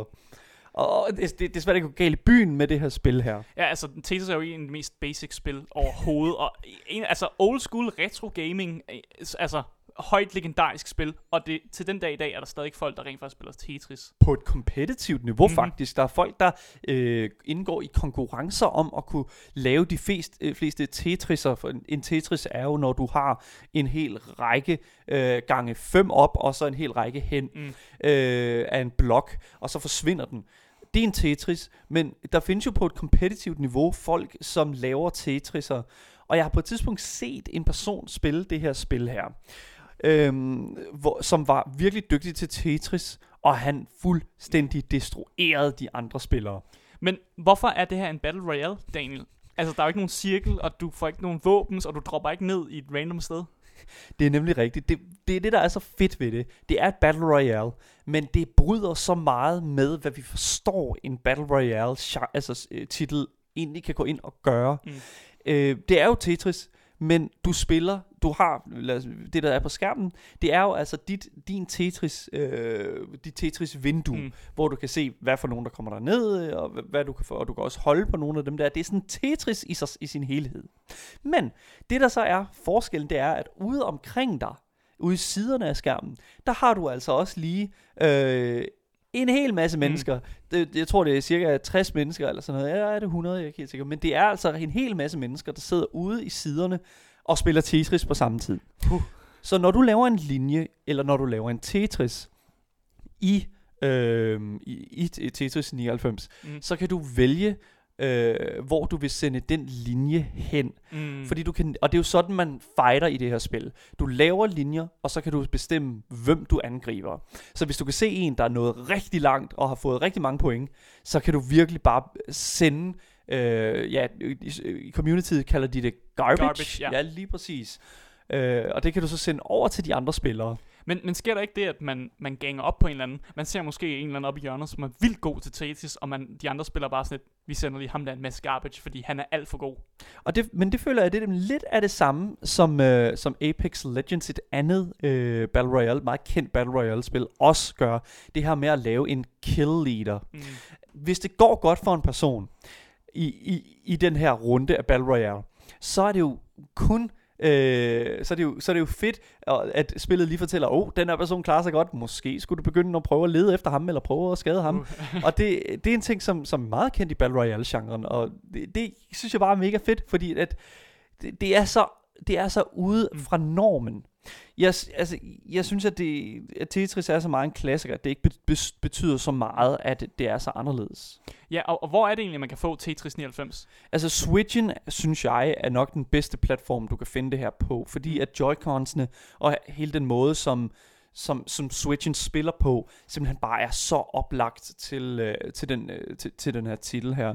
Og det, det er svært ikke at gå galt i byen med det her spil her. Ja, altså Tetris er jo en af de mest basic spil overhovedet. Og en, altså old school retro gaming, altså højt legendarisk spil. Og det, til den dag i dag er der stadig folk, der rent faktisk spiller Tetris. På et kompetitivt niveau, mm-hmm. faktisk. Der er folk, der øh, indgår i konkurrencer om at kunne lave de flest, øh, fleste Tetriser. For en, en Tetris er jo, når du har en hel række øh, gange fem op, og så en hel række hen mm. øh, af en blok, og så forsvinder den. Det er en Tetris, men der findes jo på et kompetitivt niveau folk, som laver Tetriser. Og jeg har på et tidspunkt set en person spille det her spil her, øhm, hvor, som var virkelig dygtig til Tetris, og han fuldstændig destruerede de andre spillere. Men hvorfor er det her en Battle Royale, Daniel? Altså, der er jo ikke nogen cirkel, og du får ikke nogen våben, og du dropper ikke ned i et random sted. Det er nemlig rigtigt. Det, det er det, der er så fedt ved det. Det er et Battle Royale, men det bryder så meget med, hvad vi forstår en Battle Royale altså, titel egentlig kan gå ind og gøre. Mm. Øh, det er jo Tetris, men du spiller, du har det der er på skærmen, det er jo altså dit, din Tetris, øh, dit Tetris vindue, mm. hvor du kan se, hvad for nogen der kommer der ned, og hvad du kan få, og du kan også holde på nogle af dem der. Det er sådan Tetris i, sig, i sin helhed. Men det der så er forskellen, det er, at ude omkring dig, ude i siderne af skærmen, der har du altså også lige øh, en hel masse mennesker. Mm. Det, jeg tror, det er cirka tres mennesker eller sådan noget. Ja, er det hundrede? Jeg er ikke helt sikker. Men det er altså en hel masse mennesker, der sidder ude i siderne og spiller Tetris på samme tid. Uh. Så når du laver en linje, eller når du laver en Tetris i, øh, i, i Tetris nioghalvfems, mm. så kan du vælge, øh, hvor du vil sende den linje hen. Mm. Fordi du kan, og det er jo sådan, man fighter i det her spil. Du laver linjer, og så kan du bestemme, hvem du angriber. Så hvis du kan se en, der er nået rigtig langt, og har fået rigtig mange point, så kan du virkelig bare sende, øh, ja, i, i communityet kalder de det garbage. Garbage, ja. Ja, lige præcis. Øh, og det kan du så sende over til de andre spillere. Men, men sker der ikke det, at man, man ganger op på en eller anden? Man ser måske en eller anden op i hjørnet, som er vildt god til Tetris, og man, de andre spiller bare sådan et, vi sender lige ham der en masse garbage, fordi han er alt for god. Og det, men det føler jeg, det er lidt af det samme, som, øh, som Apex Legends, et andet øh, Battle Royale, meget kendt Battle Royale-spil, også gør. Det her med at lave en kill leader. Mm. Hvis det går godt for en person i, i, i den her runde af Battle Royale, så er det jo kun... Øh, så, er det jo, så er det jo fedt, at spillet lige fortæller, åh, oh, den her person klarer sig godt, måske skulle du begynde at prøve at lede efter ham, eller prøve at skade ham. Uh. Og det, det er en ting, som, som er meget kendt i Battle Royale-genren, og det, det synes jeg bare er mega fedt, fordi at det, det, er, så, det er så ude fra normen. Jeg, altså, jeg synes, at, det, at Tetris er så meget en klassiker, at det ikke betyder så meget, at det er så anderledes. Ja, og, og hvor er det egentlig, man kan få Tetris nioghalvfems? Altså, Switchen, synes jeg, er nok den bedste platform, du kan finde det her på, fordi at Joy-Cons'ene og hele den måde, som, som, som Switchen spiller på, simpelthen bare er så oplagt til, øh, til, den, øh, til, til den her titel her.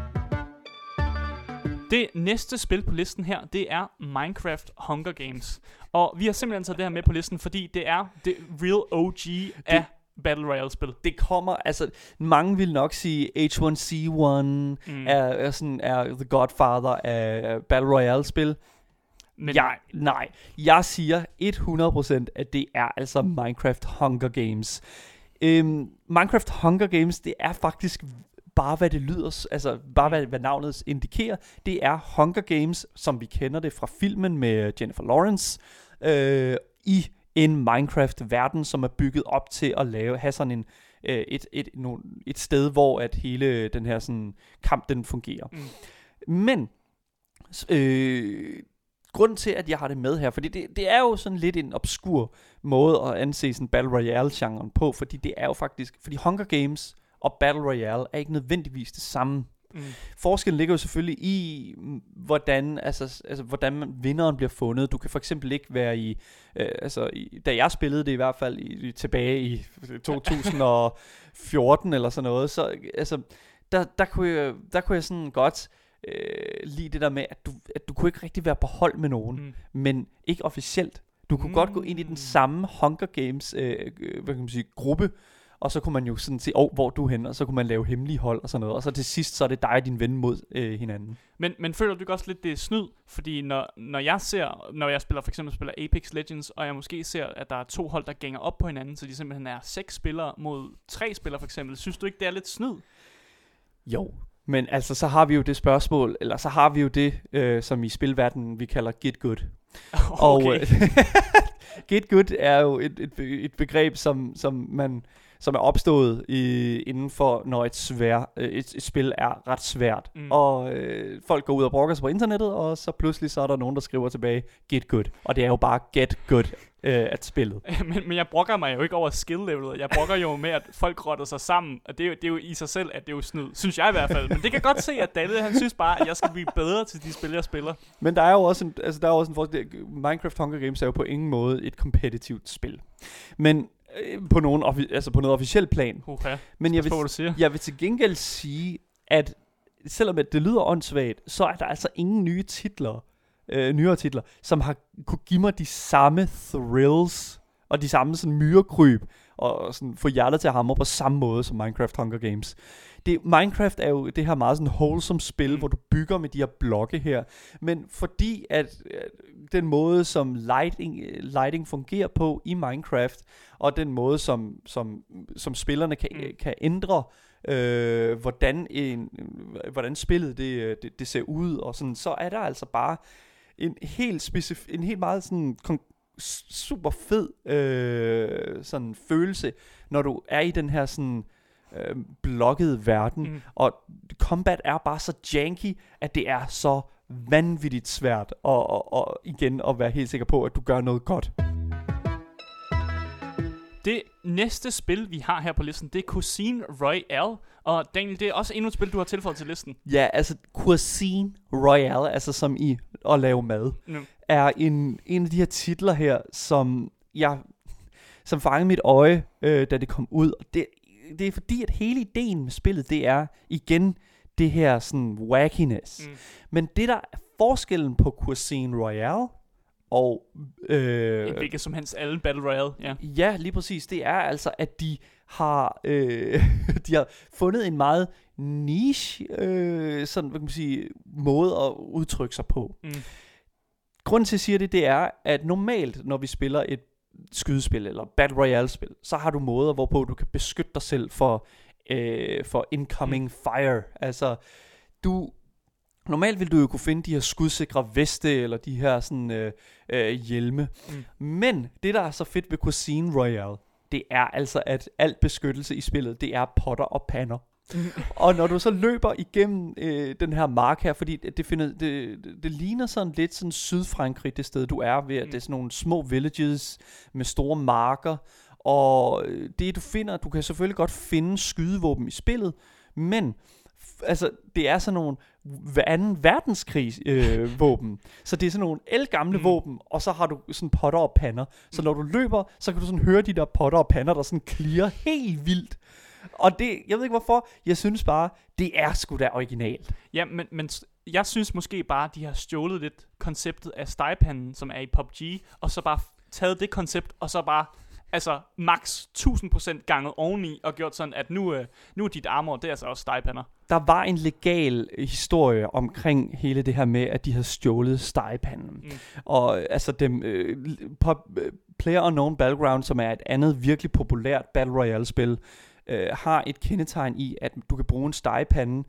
Det næste spil på listen her, det er Minecraft Hunger Games. Og vi har simpelthen taget det her med på listen, fordi det er det real O G af det, Battle Royale-spil. Det kommer, altså, mange vil nok sige H one C one mm. er, er, sådan, er the godfather af Battle Royale-spil. Men jeg, nej, jeg siger hundrede procent, at det er altså Minecraft Hunger Games. Øhm, Minecraft Hunger Games, det er faktisk... bare hvad det lyder, altså bare hvad, hvad navnet indikerer, det er Hunger Games, som vi kender det fra filmen med Jennifer Lawrence, øh, i en Minecraft-verden, som er bygget op til at lave, have sådan en, øh, et, et, no, et sted, hvor at hele den her sådan, kamp, den fungerer. Mm. Men, øh, grunden til, at jeg har det med her, fordi det, det er jo sådan lidt en obskur måde at anse sådan Battle Royale-genren på, fordi det er jo faktisk, fordi Hunger Games og Battle Royale er ikke nødvendigvis det samme. Mm. Forskellen ligger jo selvfølgelig i, hvordan, altså, altså, hvordan man, vinderen bliver fundet. Du kan for eksempel ikke være i, øh, altså, i, da jeg spillede det i hvert fald i, i, tilbage i to tusind og fjorten eller sådan noget, så altså, der, der, kunne jeg, der kunne jeg sådan godt øh, lide det der med, at du, at du kunne ikke rigtig være på hold med nogen, mm. men ikke officielt. Du kunne mm. godt gå ind i den samme Hunger Games øh, hvad kan man sige, gruppe, og så kunne man jo sådan se, oh, hvor du er henne, og så kunne man lave hemmelige hold og sådan noget, og så til sidst, så er det dig og din ven mod øh, hinanden. Men, men føler du ikke også lidt, det er snyd? Fordi når, når jeg ser, når jeg spiller, for eksempel spiller Apex Legends, og jeg måske ser, at der er to hold, der gænger op på hinanden, så de simpelthen er seks spillere mod tre spillere for eksempel, synes du ikke, det er lidt snyd? Jo, men altså, så har vi jo det spørgsmål, eller så har vi jo det, øh, som i spilverdenen vi kalder get good. Okay. Og øh, get good er jo et, et, et begreb, som, som man... som er opstået i, inden for, når et, svær, et, et spil er ret svært. Mm. Og øh, folk går ud og brokker sig på internettet, og så pludselig så er der nogen, der skriver tilbage, get good. Og det er jo bare get good øh, at spillet. men, men jeg brokker mig jo ikke over skill-levelet. Jeg brokker jo med, at folk rotter sig sammen. Og det er, jo, det er jo i sig selv, at det er jo snyd. Synes jeg i hvert fald. Men det kan godt se, at David, han synes bare, at jeg skal blive bedre til de spil, jeg spiller. Men der er jo også en, altså, der er jo også en forskel. Minecraft Hunger Games er jo på ingen måde et kompetitivt spil. Men på nogen altså på noget officielt plan. Okay. Men jeg vil, jeg vil til gengæld sige, at selvom at det lyder åndssvagt, så er der altså ingen nye titler, øh, nyere titler, som har kunne give mig de samme thrills og de samme sådan myrekryb og sådan få hjertet til at hamre på samme måde som Minecraft Hunger Games. Det, Minecraft er jo det her meget sådan wholesome spil, mm. hvor du bygger med de her blokke her, men fordi at, at den måde som lighting, lighting fungerer på i Minecraft, og den måde som, som, som spillerne kan, mm. kan ændre, øh, hvordan, en, hvordan spillet det, det, det ser ud, og sådan, så er der altså bare en helt specif- en helt meget sådan kon- super fed øh, sådan følelse, når du er i den her sådan øh, blokkede verden, mm. og combat er bare så janky, at det er så vanvittigt svært og, og, og igen at være helt sikker på, at du gør noget godt. Det næste spil, vi har her på listen, det er Cuisine Royale. Og Daniel, det er også endnu et spil, du har tilføjet til listen. Ja, altså Cuisine Royale, altså som i at lave mad, mm. er en, en af de her titler her, som jeg som fangede mit øje, øh, da det kom ud. Og det, det er fordi, at hele ideen med spillet, det er igen det her sådan wackiness. Mm. Men det, der er forskellen på Cuisine Royale og øh, en hvilket som helst alle Battle Royale, ja. Ja, lige præcis. Det er altså, at de har øh, de har fundet en meget niche øh, sådan, hvad kan man sige, måde at udtrykke sig på. Mm. Grunden til at sige det, det er, at normalt, når vi spiller et skydespil eller Battle Royale spil, så har du måder, hvorpå du kan beskytte dig selv for øh, for incoming mm. fire. Altså, du normalt vil du jo kunne finde de her skudsikre veste eller de her sådan øh, øh, hjelme. Mm. Men det, der er så fedt ved Cuisine Royale, det er altså, at alt beskyttelse i spillet, det er potter og pander. Mm. Og når du så løber igennem øh, den her mark her, fordi det, finder, det, det, det ligner sådan lidt sådan Sydfrankrig, det sted du er ved, at mm. det er sådan nogle små villages med store marker. Og det du finder, du kan selvfølgelig godt finde skydevåben i spillet, men f- altså det er sådan nogle anden verdenskrig øh, våben. Så det er sådan nogle ældgamle mm. våben, og så har du sådan potter og pander. Så når du løber, så kan du sådan høre de der potter og pander, der sådan klirrer helt vildt. Og det, jeg ved ikke hvorfor, jeg synes bare, det er sgu da originalt. Ja, men, men jeg synes måske bare, de har stjålet lidt konceptet af stegepanden, som er i P U B G, og så bare taget det koncept, og så bare altså max tusind procent ganget oveni og gjort sådan, at nu, øh, nu er dit armor, det er altså også stegepander. Der var en legal historie omkring hele det her med, at de havde stjålet stegepanden. Mm. Og altså dem, øh, PlayerUnknown Battleground, som er et andet virkelig populært Battle Royale-spil, øh, har et kendetegn i, at du kan bruge en stegepande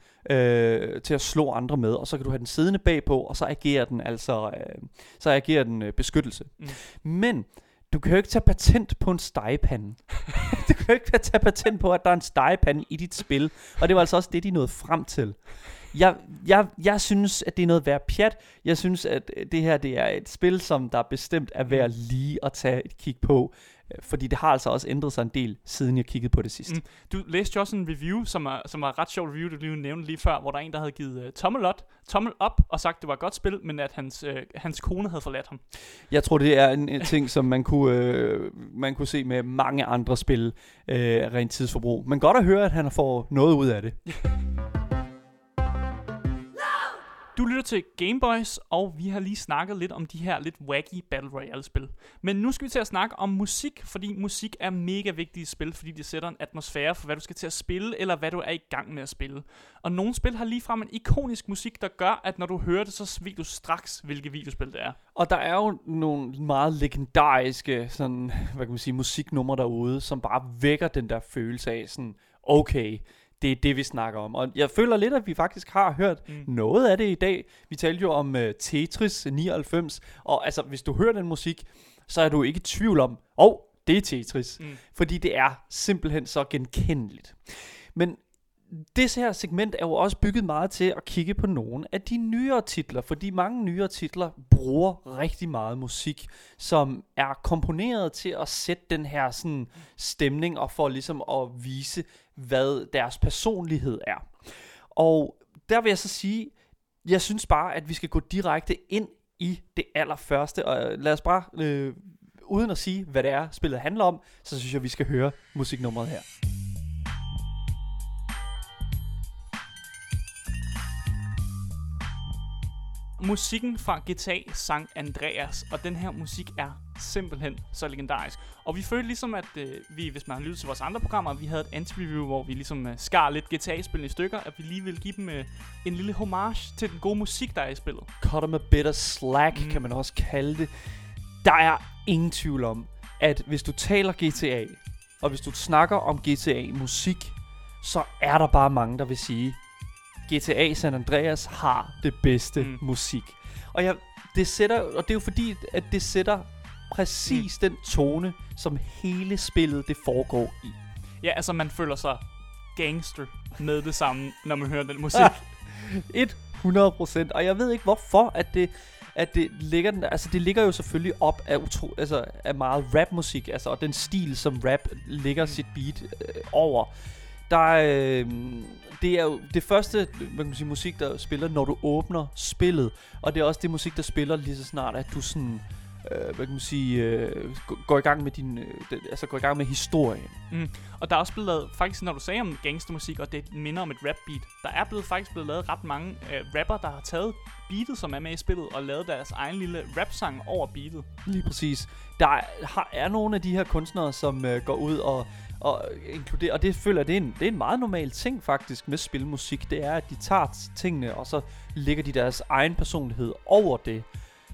øh, til at slå andre med, og så kan du have den siddende bagpå, og så agerer den altså øh, så agerer den øh, beskyttelse. Mm. Men du kan jo ikke tage patent på en stegepande. Du kan jo ikke tage patent på, at der er en stegepande i dit spil. Og det var altså også det, de nåede frem til. Jeg, jeg, jeg synes, at det er noget værd pjat. Jeg synes, at det her det er et spil, som der bestemt er værd lige at tage et kig på. Fordi det har altså også ændret sig en del, siden jeg kiggede på det sidst. Mm. Du læste jo også en review, som er, som var et ret sjovt review, du lige nævnte lige før, hvor der er en, der havde givet uh, tommel op, tommel op og sagt, at det var et godt spil, men at hans, uh, hans kone havde forladt ham. Jeg tror, det er en, en ting, som man kunne, uh, man kunne se med mange andre spil uh, rent tidsforbrug. Men godt at høre, at han får noget ud af det. Du lytter til Gameboys, og vi har lige snakket lidt om de her lidt wacky Battle Royale-spil. Men nu skal vi til at snakke om musik, fordi musik er mega vigtigt i spil, fordi det sætter en atmosfære for, hvad du skal til at spille, eller hvad du er i gang med at spille. Og nogle spil har ligefrem en ikonisk musik, der gør, at når du hører det, så ved du straks, hvilket videospil det er. Og der er jo nogle meget legendariske sådan, hvad kan man sige, musiknumre derude, som bare vækker den der følelse af sådan, okay, det er det, vi snakker om. Og jeg føler lidt, at vi faktisk har hørt mm. noget af det i dag. Vi talte jo om uh, Tetris nioghalvfems, og altså, hvis du hører den musik, så er du ikke i tvivl om, åh, oh, det er Tetris. Mm. Fordi det er simpelthen så genkendeligt. Men det her segment er jo også bygget meget til at kigge på nogle af de nyere titler, fordi mange nyere titler bruger rigtig meget musik, som er komponeret til at sætte den her sådan stemning og for ligesom at vise, hvad deres personlighed er. Og der vil jeg så sige, jeg synes bare, at vi skal gå direkte ind i det allerførste, og lad os bare, øh, uden at sige, hvad det er, spillet handler om, så synes jeg, vi skal høre musiknummeret her. Musikken fra G T A San Andreas, og den her musik er simpelthen så legendarisk. Og vi følte ligesom, at øh, vi, hvis man har lyttet til vores andre programmer, vi havde et anti-review, hvor vi ligesom øh, skar lidt G T A-spillene i stykker, at vi lige ville give dem øh, en lille homage til den gode musik, der er i spillet. Cut them a bit of slack, mm. kan man også kalde det. Der er ingen tvivl om, at hvis du taler G T A, og hvis du snakker om G T A-musik, så er der bare mange, der vil sige, G T A San Andreas har det bedste mm. musik. Og jeg, det sætter, og det er jo fordi, at det sætter præcis mm. den tone, som hele spillet det foregår i. Ja, altså man føler sig gangster med det samme, når man hører den musik. hundrede procent. Og jeg ved ikke hvorfor, at det, at det ligger den, altså det ligger jo selvfølgelig op af, utro, altså af meget rapmusik, altså og den stil, som rap ligger sit beat øh, over. Der er, øh, det er jo det første hvad kan man sige, musik, der spiller, når du åbner spillet. Og det er også det musik, der spiller lige så snart, at du sådan, øh, hvad kan man sige, øh, går i gang med din, øh, det, altså går i gang med historien. Mm. Og der er også blevet lavet, faktisk når du sagde om gangstermusik, og det minder om et rap beat, der er blevet faktisk blevet lavet ret mange øh, rapper, der har taget beatet, som er med i spillet, og lavet deres egen lille rap-sang over beatet. Lige præcis. Der er, har, er nogle af de her kunstnere, som øh, går ud og Og inkludere, og det føler jeg, det er, en, det er en meget normal ting faktisk med spilmusik. Det er, at de tager tingene, og så lægger de deres egen personlighed over det.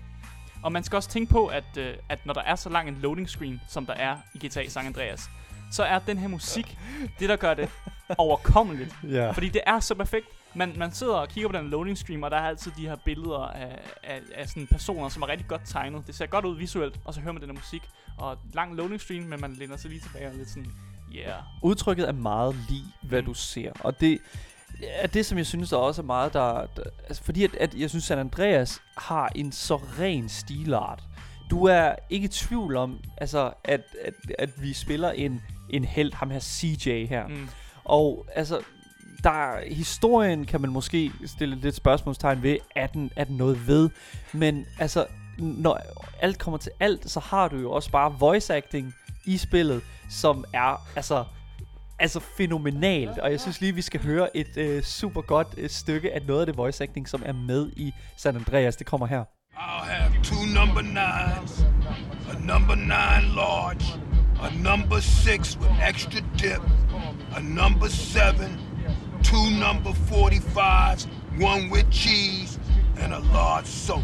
Og man skal også tænke på, at, øh, at når der er så lang en loading screen, som der er i G T A San Andreas, så er den her musik det, der gør det overkommeligt. Yeah. Fordi det er så perfekt. Man, man sidder og kigger på den loading screen, og der er altid de her billeder af, af, af sådan personer, som er rigtig godt tegnet. Det ser godt ud visuelt, og så hører man den her musik. Og lang loading screen, men man læner sig lige tilbage og lidt sådan, yeah. Udtrykket er meget lige, hvad mm. du ser. Og det er det, som jeg synes, der også er meget, der... der altså fordi at, at jeg synes, San Andreas har en så ren stilart. Du er ikke i tvivl om, altså, at, at, at vi spiller en, en held, ham her C J her. Mm. Og altså... Der, historien kan man måske stille lidt spørgsmålstegn ved, er den, er den noget ved, men altså, når alt kommer til alt, så har du jo også bare voice acting i spillet, som er altså, altså fænomenalt, og jeg synes lige, vi skal høre et øh, super godt øh, stykke af noget af det voice acting, som er med i San Andreas. Det kommer her. I'll have two number nines, a number nine large, a number six with extra dip, a number seven, two number forty-fives, one with cheese, and a large soda.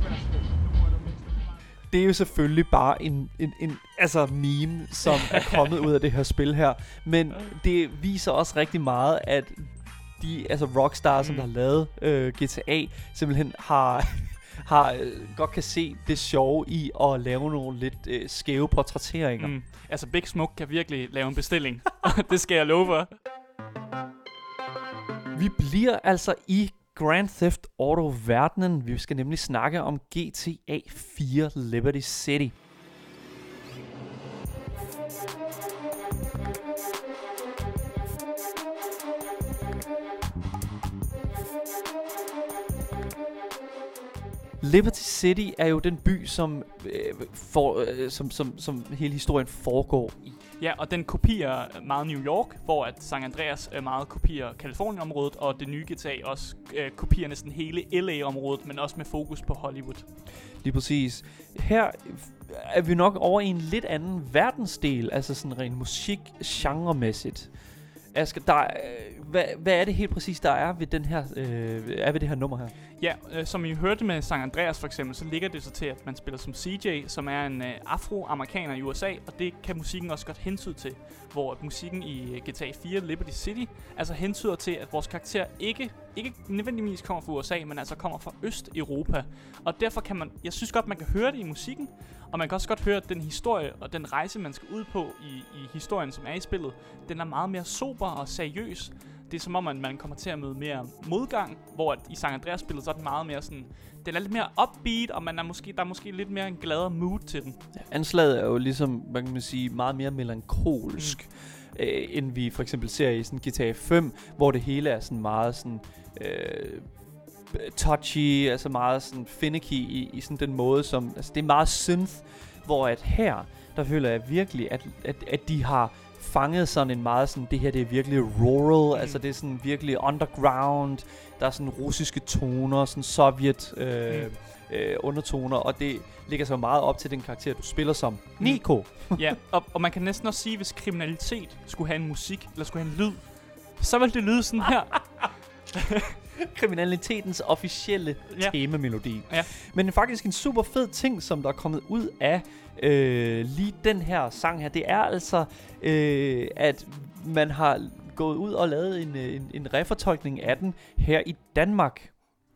Det er jo selvfølgelig bare en, en, en altså meme, som er kommet ud af det her spil her. Men det viser også rigtig meget, at de, altså Rockstar, mm. som der har lavet øh, G T A, simpelthen har, har øh, godt kan se det sjove i at lave nogle lidt øh, skæve portrætteringer. Mm. Altså Big Smoke kan virkelig lave en bestilling. Det skal jeg love for. Vi bliver altså i Grand Theft Auto-verdenen. Vi skal nemlig snakke om G T A fire Liberty City. Liberty City er jo den by, som, øh, for, øh, som, som, som hele historien foregår i. Ja, og den kopierer meget New York, hvor at San Andreas øh, meget kopierer Kalifornien-området, og det nye G T A også øh, kopierer næsten hele L A-området, men også med fokus på Hollywood. Lige præcis. Her er vi nok over i en lidt anden verdensdel, altså sådan rent musik-genremæssigt. Asger, der er, hvad, hvad er det helt præcis, der er ved, den her, øh, er ved det her nummer her? Ja, øh, som I hørte med San Andreas for eksempel, så ligger det så til, at man spiller som C J, som er en øh, afroamerikaner i U S A, og det kan musikken også godt hentyde til, hvor musikken i G T A fire Liberty City altså hentyder til, at vores karakter ikke, ikke nødvendigvis kommer fra U S A, men altså kommer fra Østeuropa. Og derfor kan man, jeg synes godt, man kan høre det i musikken, og man kan også godt høre, at den historie og den rejse, man skal ud på i, i historien, som er i spillet, den er meget mere sober og seriøs. Det er som om, at man kommer til at møde mere modgang, hvor at i San Andreas-spillet, så er den meget mere sådan, den er lidt mere upbeat, og man er måske, der er måske lidt mere en gladere mood til den. Ja, anslaget er jo ligesom, man kan man sige, meget mere melankolsk, mm. øh, end vi for eksempel ser i sådan G T A fem, hvor det hele er sådan meget sådan øh, touchy, altså meget sådan finicky i, i sådan den måde, som, altså det er meget synth, hvor at her, der føler jeg virkelig, at, at, at de har fanget sådan en meget sådan, det her det er virkelig rural, mm. altså det er sådan virkelig underground, der er sådan russiske toner, sådan sovjet øh, mm. øh, undertoner, og det ligger så meget op til den karakter, du spiller som mm. Nico. Ja, og, og man kan næsten også sige, hvis kriminalitet skulle have en musik, eller skulle have en lyd, så vil det lyde sådan her. Kriminalitetens officielle ja. temamelodi. Ja. Men faktisk en super fed ting, som der er kommet ud af øh, lige den her sang her, det er altså, øh, at man har gået ud og lavet en, en, en refortolkning af den her i Danmark.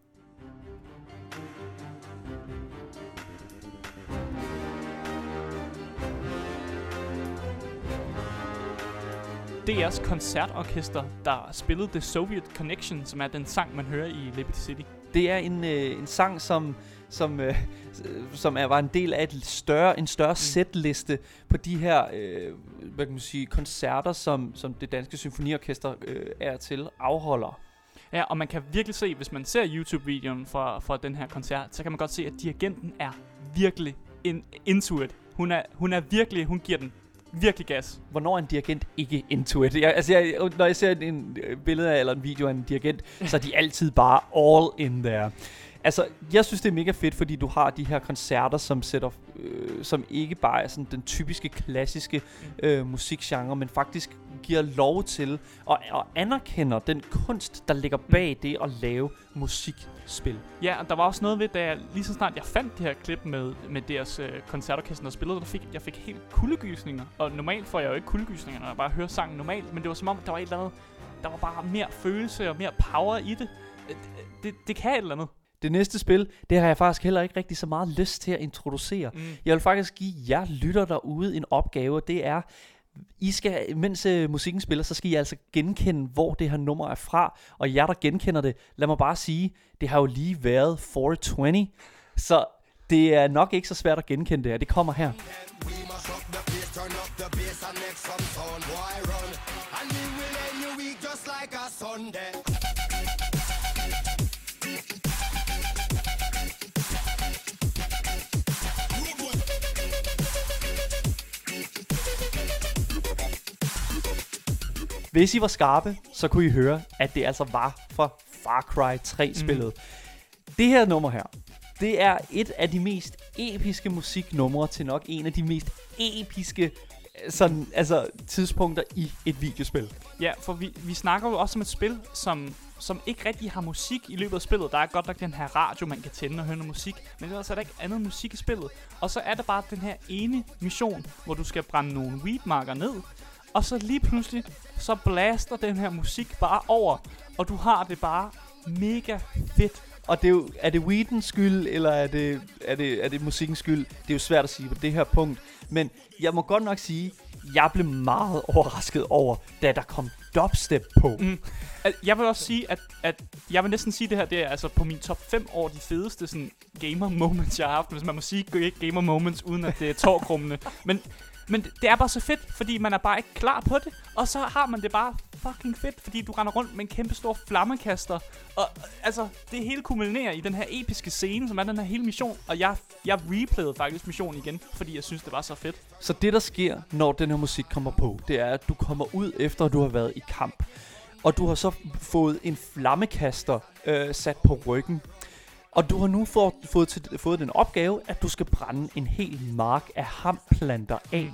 D R's koncertorkester, der spillede The Soviet Connection, som er den sang, man hører i Liberty City. Det er en, øh, en sang, som, som, øh, som er, var en del af et større, en større mm. setliste på de her øh, hvad kan man sige, koncerter, som, som det danske symfoniorkester øh, er til afholder. Ja, og man kan virkelig se, hvis man ser YouTube-videoen fra, fra den her koncert, så kan man godt se, at dirigenten er virkelig in, into it. Hun er, hun er virkelig, hun giver den virkelig gas. Hvornår er en dirigent ikke into it? Jeg, altså, jeg, når jeg ser en, en billede af, eller en video af en dirigent, så er de altid bare all in there. Altså, jeg synes, det er mega fedt, fordi du har de her koncerter, som sætter, øh, som ikke bare er sådan den typiske, klassiske øh, musikgenre, men faktisk giver lov til og, og anerkender den kunst, der ligger bag det at lave musikspil. Ja, og der var også noget ved, da jeg lige så snart jeg fandt det her klip med, med deres øh, koncertorkester, der spillede, der fik, jeg fik helt kuldegysninger. Og normalt får jeg jo ikke kuldegysninger, når jeg bare hører sangen normalt, men det var som om, der var et eller andet, der var bare mere følelse og mere power i det. Det, det, det kan et eller andet. Det næste spil, det har jeg faktisk heller ikke rigtig så meget lyst til at introducere. Mm. Jeg vil faktisk give jer lytter derude en opgave, det er, I skal, mens uh, musikken spiller, så skal I altså genkende, hvor det her nummer er fra. Og jer, der genkender det, lad mig bare sige, det har jo lige været fire tyve, så det er nok ikke så svært at genkende det her. Det kommer her. Hvis I var skarpe, så kunne I høre, at det altså var fra Far Cry tre-spillet. Mm. Det her nummer her, det er et af de mest episke musiknumre til nok en af de mest episke sådan, altså, tidspunkter i et videospil. Ja, for vi, vi snakker jo også om et spil, som, som ikke rigtig har musik i løbet af spillet. Der er godt nok den her radio, man kan tænde og høre noget musik, men ellers er der ikke andet musik i spillet. Og så er der bare den her ene mission, hvor du skal brænde nogle weedmarker ned, og så lige pludselig, så blaster den her musik bare over, og du har det bare mega fedt. Og det er, jo, er det weedens skyld, eller er det, er, det, er det musikkens skyld? Det er jo svært at sige på det her punkt. Men jeg må godt nok sige, jeg blev meget overrasket over, da der kom dubstep på. Mm. Jeg vil også sige, at, at jeg vil næsten sige, at det her det er altså på min top fem over de fedeste sådan, gamer moments, jeg har haft. Hvis man må sige gamer moments, uden at det er tårkrummende. Men Men det, det er bare så fedt, fordi man er bare ikke klar på det. Og så har man det bare fucking fedt, fordi du render rundt med en kæmpe stor flammekaster. Og altså, det hele kulminerer i den her episke scene, som er den her hele mission. Og jeg, jeg replayede faktisk missionen igen, fordi jeg synes, det var så fedt. Så det, der sker, når den her musik kommer på, det er, at du kommer ud efter, at du har været i kamp. Og du har så fået en flammekaster øh, sat på ryggen. Og du har nu fået, fået, til, fået den opgave, at du skal brænde en hel mark af hamplanter af.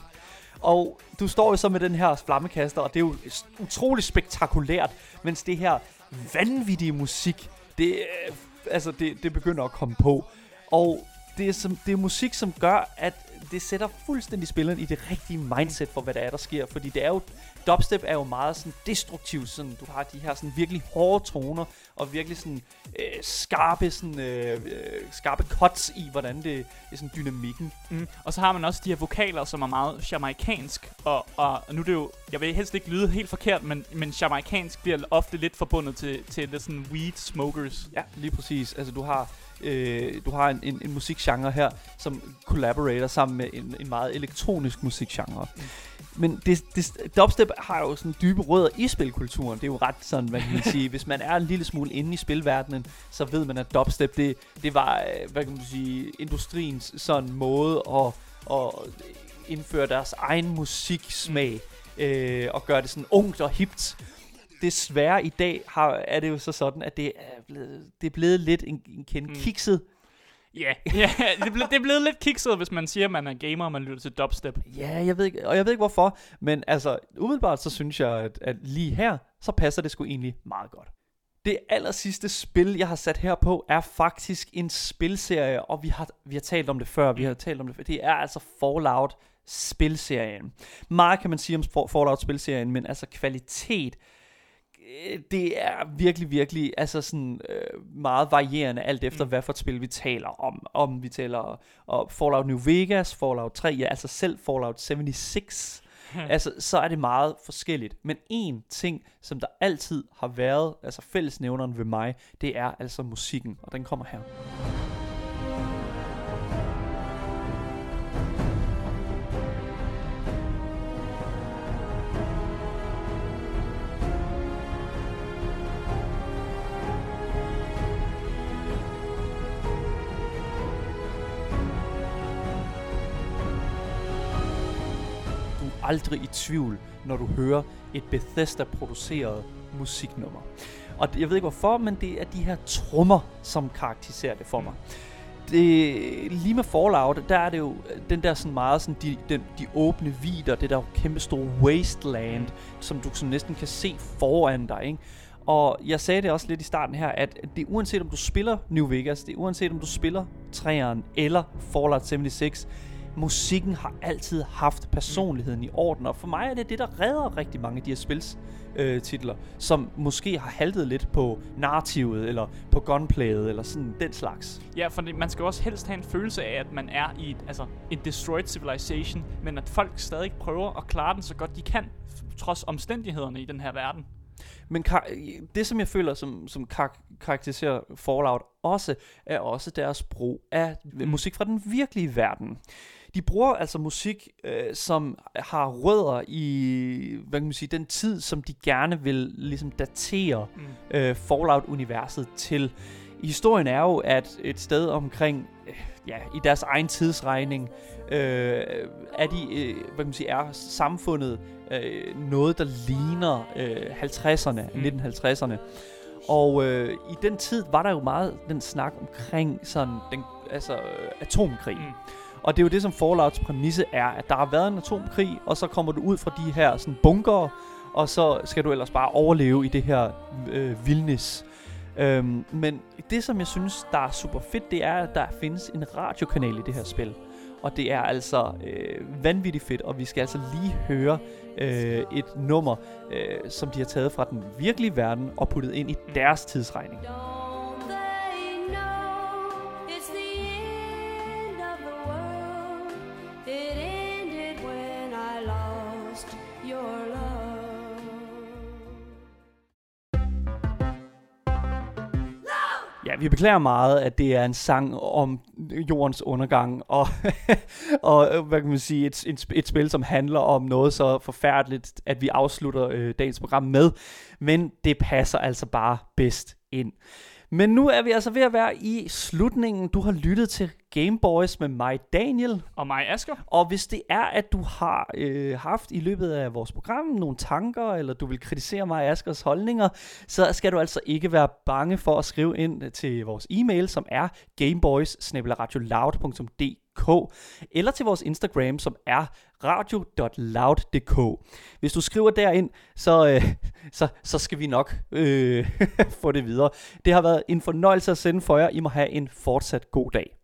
Og du står jo så med den her flammekaster, og det er jo utrolig spektakulært, mens det her vanvittige musik, det, øh, altså det, det begynder at komme på. Og det er, som, det er musik, som gør, at det sætter fuldstændig spilleren i det rigtige mindset for, hvad der er, der sker. Fordi det er jo, dubstep er jo meget sådan destruktivt. Sådan, du har de her sådan virkelig hårde toner, og virkelig sådan øh, skarpe, sådan, øh, skarpe cuts i, hvordan det, det er sådan dynamikken. Mm. Og så har man også de her vokaler, som er meget jamaikansk. Og, og nu er det jo, jeg vil helst ikke lyde helt forkert, men, men jamaikansk bliver ofte lidt forbundet til, til lidt sådan weed smokers. Ja, lige præcis. Altså du har... Øh, du har en, en, en musikgenre her, som collaborater sammen med en, en meget elektronisk musikgenre. Mm. Men det, det, dubstep har jo sådan dybe rødder i spilkulturen. Det er jo ret sådan, hvad kan man sige, hvis man er en lille smule inde i spilverdenen, så ved man, at dubstep, det, det var, hvad kan man sige, industriens sådan måde at, at indføre deres egen musiksmag, øh, og gøre det sådan ungt og hipt. Desværre i dag har, er det jo så sådan, at det er blevet, det er blevet lidt en, en kende mm. kikset. Ja, yeah. yeah, det, er blevet, det er blevet lidt kikset, hvis man siger, at man er gamer, og man lytter til dubstep. Ja, jeg ved ikke, og jeg ved ikke hvorfor, men altså umiddelbart så synes jeg, at, at lige her, så passer det sgu egentlig meget godt. Det aller sidste spil, jeg har sat her på, er faktisk en spilserie, og vi har, vi har talt om det før, vi har talt om det før. Det er altså Fallout spilserien. Meget kan man sige om Fallout spilserien, men altså kvalitet, det er virkelig, virkelig altså sådan øh, meget varierende, alt efter mm. hvad for et spil vi taler om. Om vi taler om Fallout New Vegas, Fallout tre, ja, altså selv Fallout seventy-six, altså så er det meget forskelligt. Men en ting, som der altid har været, altså fællesnævneren ved mig, det er altså musikken, og den kommer her. Aldrig i tvivl, når du hører et Bethesda-produceret musiknummer. Og jeg ved ikke hvorfor, men det er de her trommer, som karakteriserer det for mig. Det, lige med Fallout, der er det jo den der sådan meget sådan de, de, de åbne vidder, det der kæmpe store wasteland, som du sådan næsten kan se foran dig, ikke? Og jeg sagde det også lidt i starten her, at det er uanset om du spiller New Vegas, det er uanset om du spiller treeren eller Fallout seventy-six, musikken har altid haft personligheden i orden, og for mig er det det, der redder rigtig mange af de her spilstitler, øh, som måske har haltet lidt på narrativet, eller på gunplayet, eller sådan den slags. Ja, for det, man skal også helst have en følelse af, at man er i et, altså, en destroyed civilization, men at folk stadig prøver at klare den så godt de kan, trods omstændighederne i den her verden. Men kar- det, som jeg føler, som, som kar- karakteriserer Fallout også, er også deres brug af mm. musik fra den virkelige verden. De bruger altså musik, øh, som har rødder i, hvad kan man sige, den tid, som de gerne vil ligesom datere mm. øh, Fallout-universet til. Historien er jo, at et sted omkring, øh, ja, i deres egen tidsregning, øh, er de, øh, hvad kan man sige, er samfundet øh, noget, der ligner øh, halvtredserne, mm. nitten halvtredserne. Og øh, i den tid var der jo meget den snak omkring sådan den, altså øh, atomkrig. Mm. Og det er jo det, som Fallouts præmisse er, at der har været en atomkrig, og så kommer du ud fra de her sådan bunkere, og så skal du ellers bare overleve i det her øh, vildnis. Øhm, men det, som jeg synes, der er super fedt, det er, at der findes en radiokanal i det her spil. Og det er altså øh, vanvittigt fedt, og vi skal altså lige høre øh, et nummer, øh, som de har taget fra den virkelige verden og puttet ind i deres tidsregning. Ja, vi beklager meget, at det er en sang om jordens undergang, og, og hvad kan man sige, et, et, et spil, som handler om noget så forfærdeligt, at vi afslutter øh, dagens program med, men det passer altså bare bedst ind. Men nu er vi altså ved at være i slutningen. Du har lyttet til Game Boys med mig, Daniel. Og mig, Asger. Og hvis det er, at du har øh, haft i løbet af vores program nogle tanker, eller du vil kritisere mig og Asgers holdninger, så skal du altså ikke være bange for at skrive ind til vores e-mail, som er gameboys snabel-a radioloud punktum d k, eller til vores Instagram, som er radio punktum loud punktum d k. Hvis du skriver derind, så, øh, så, så skal vi nok øh, få det videre. Det har været en fornøjelse at sende for jer. I må have en fortsat god dag.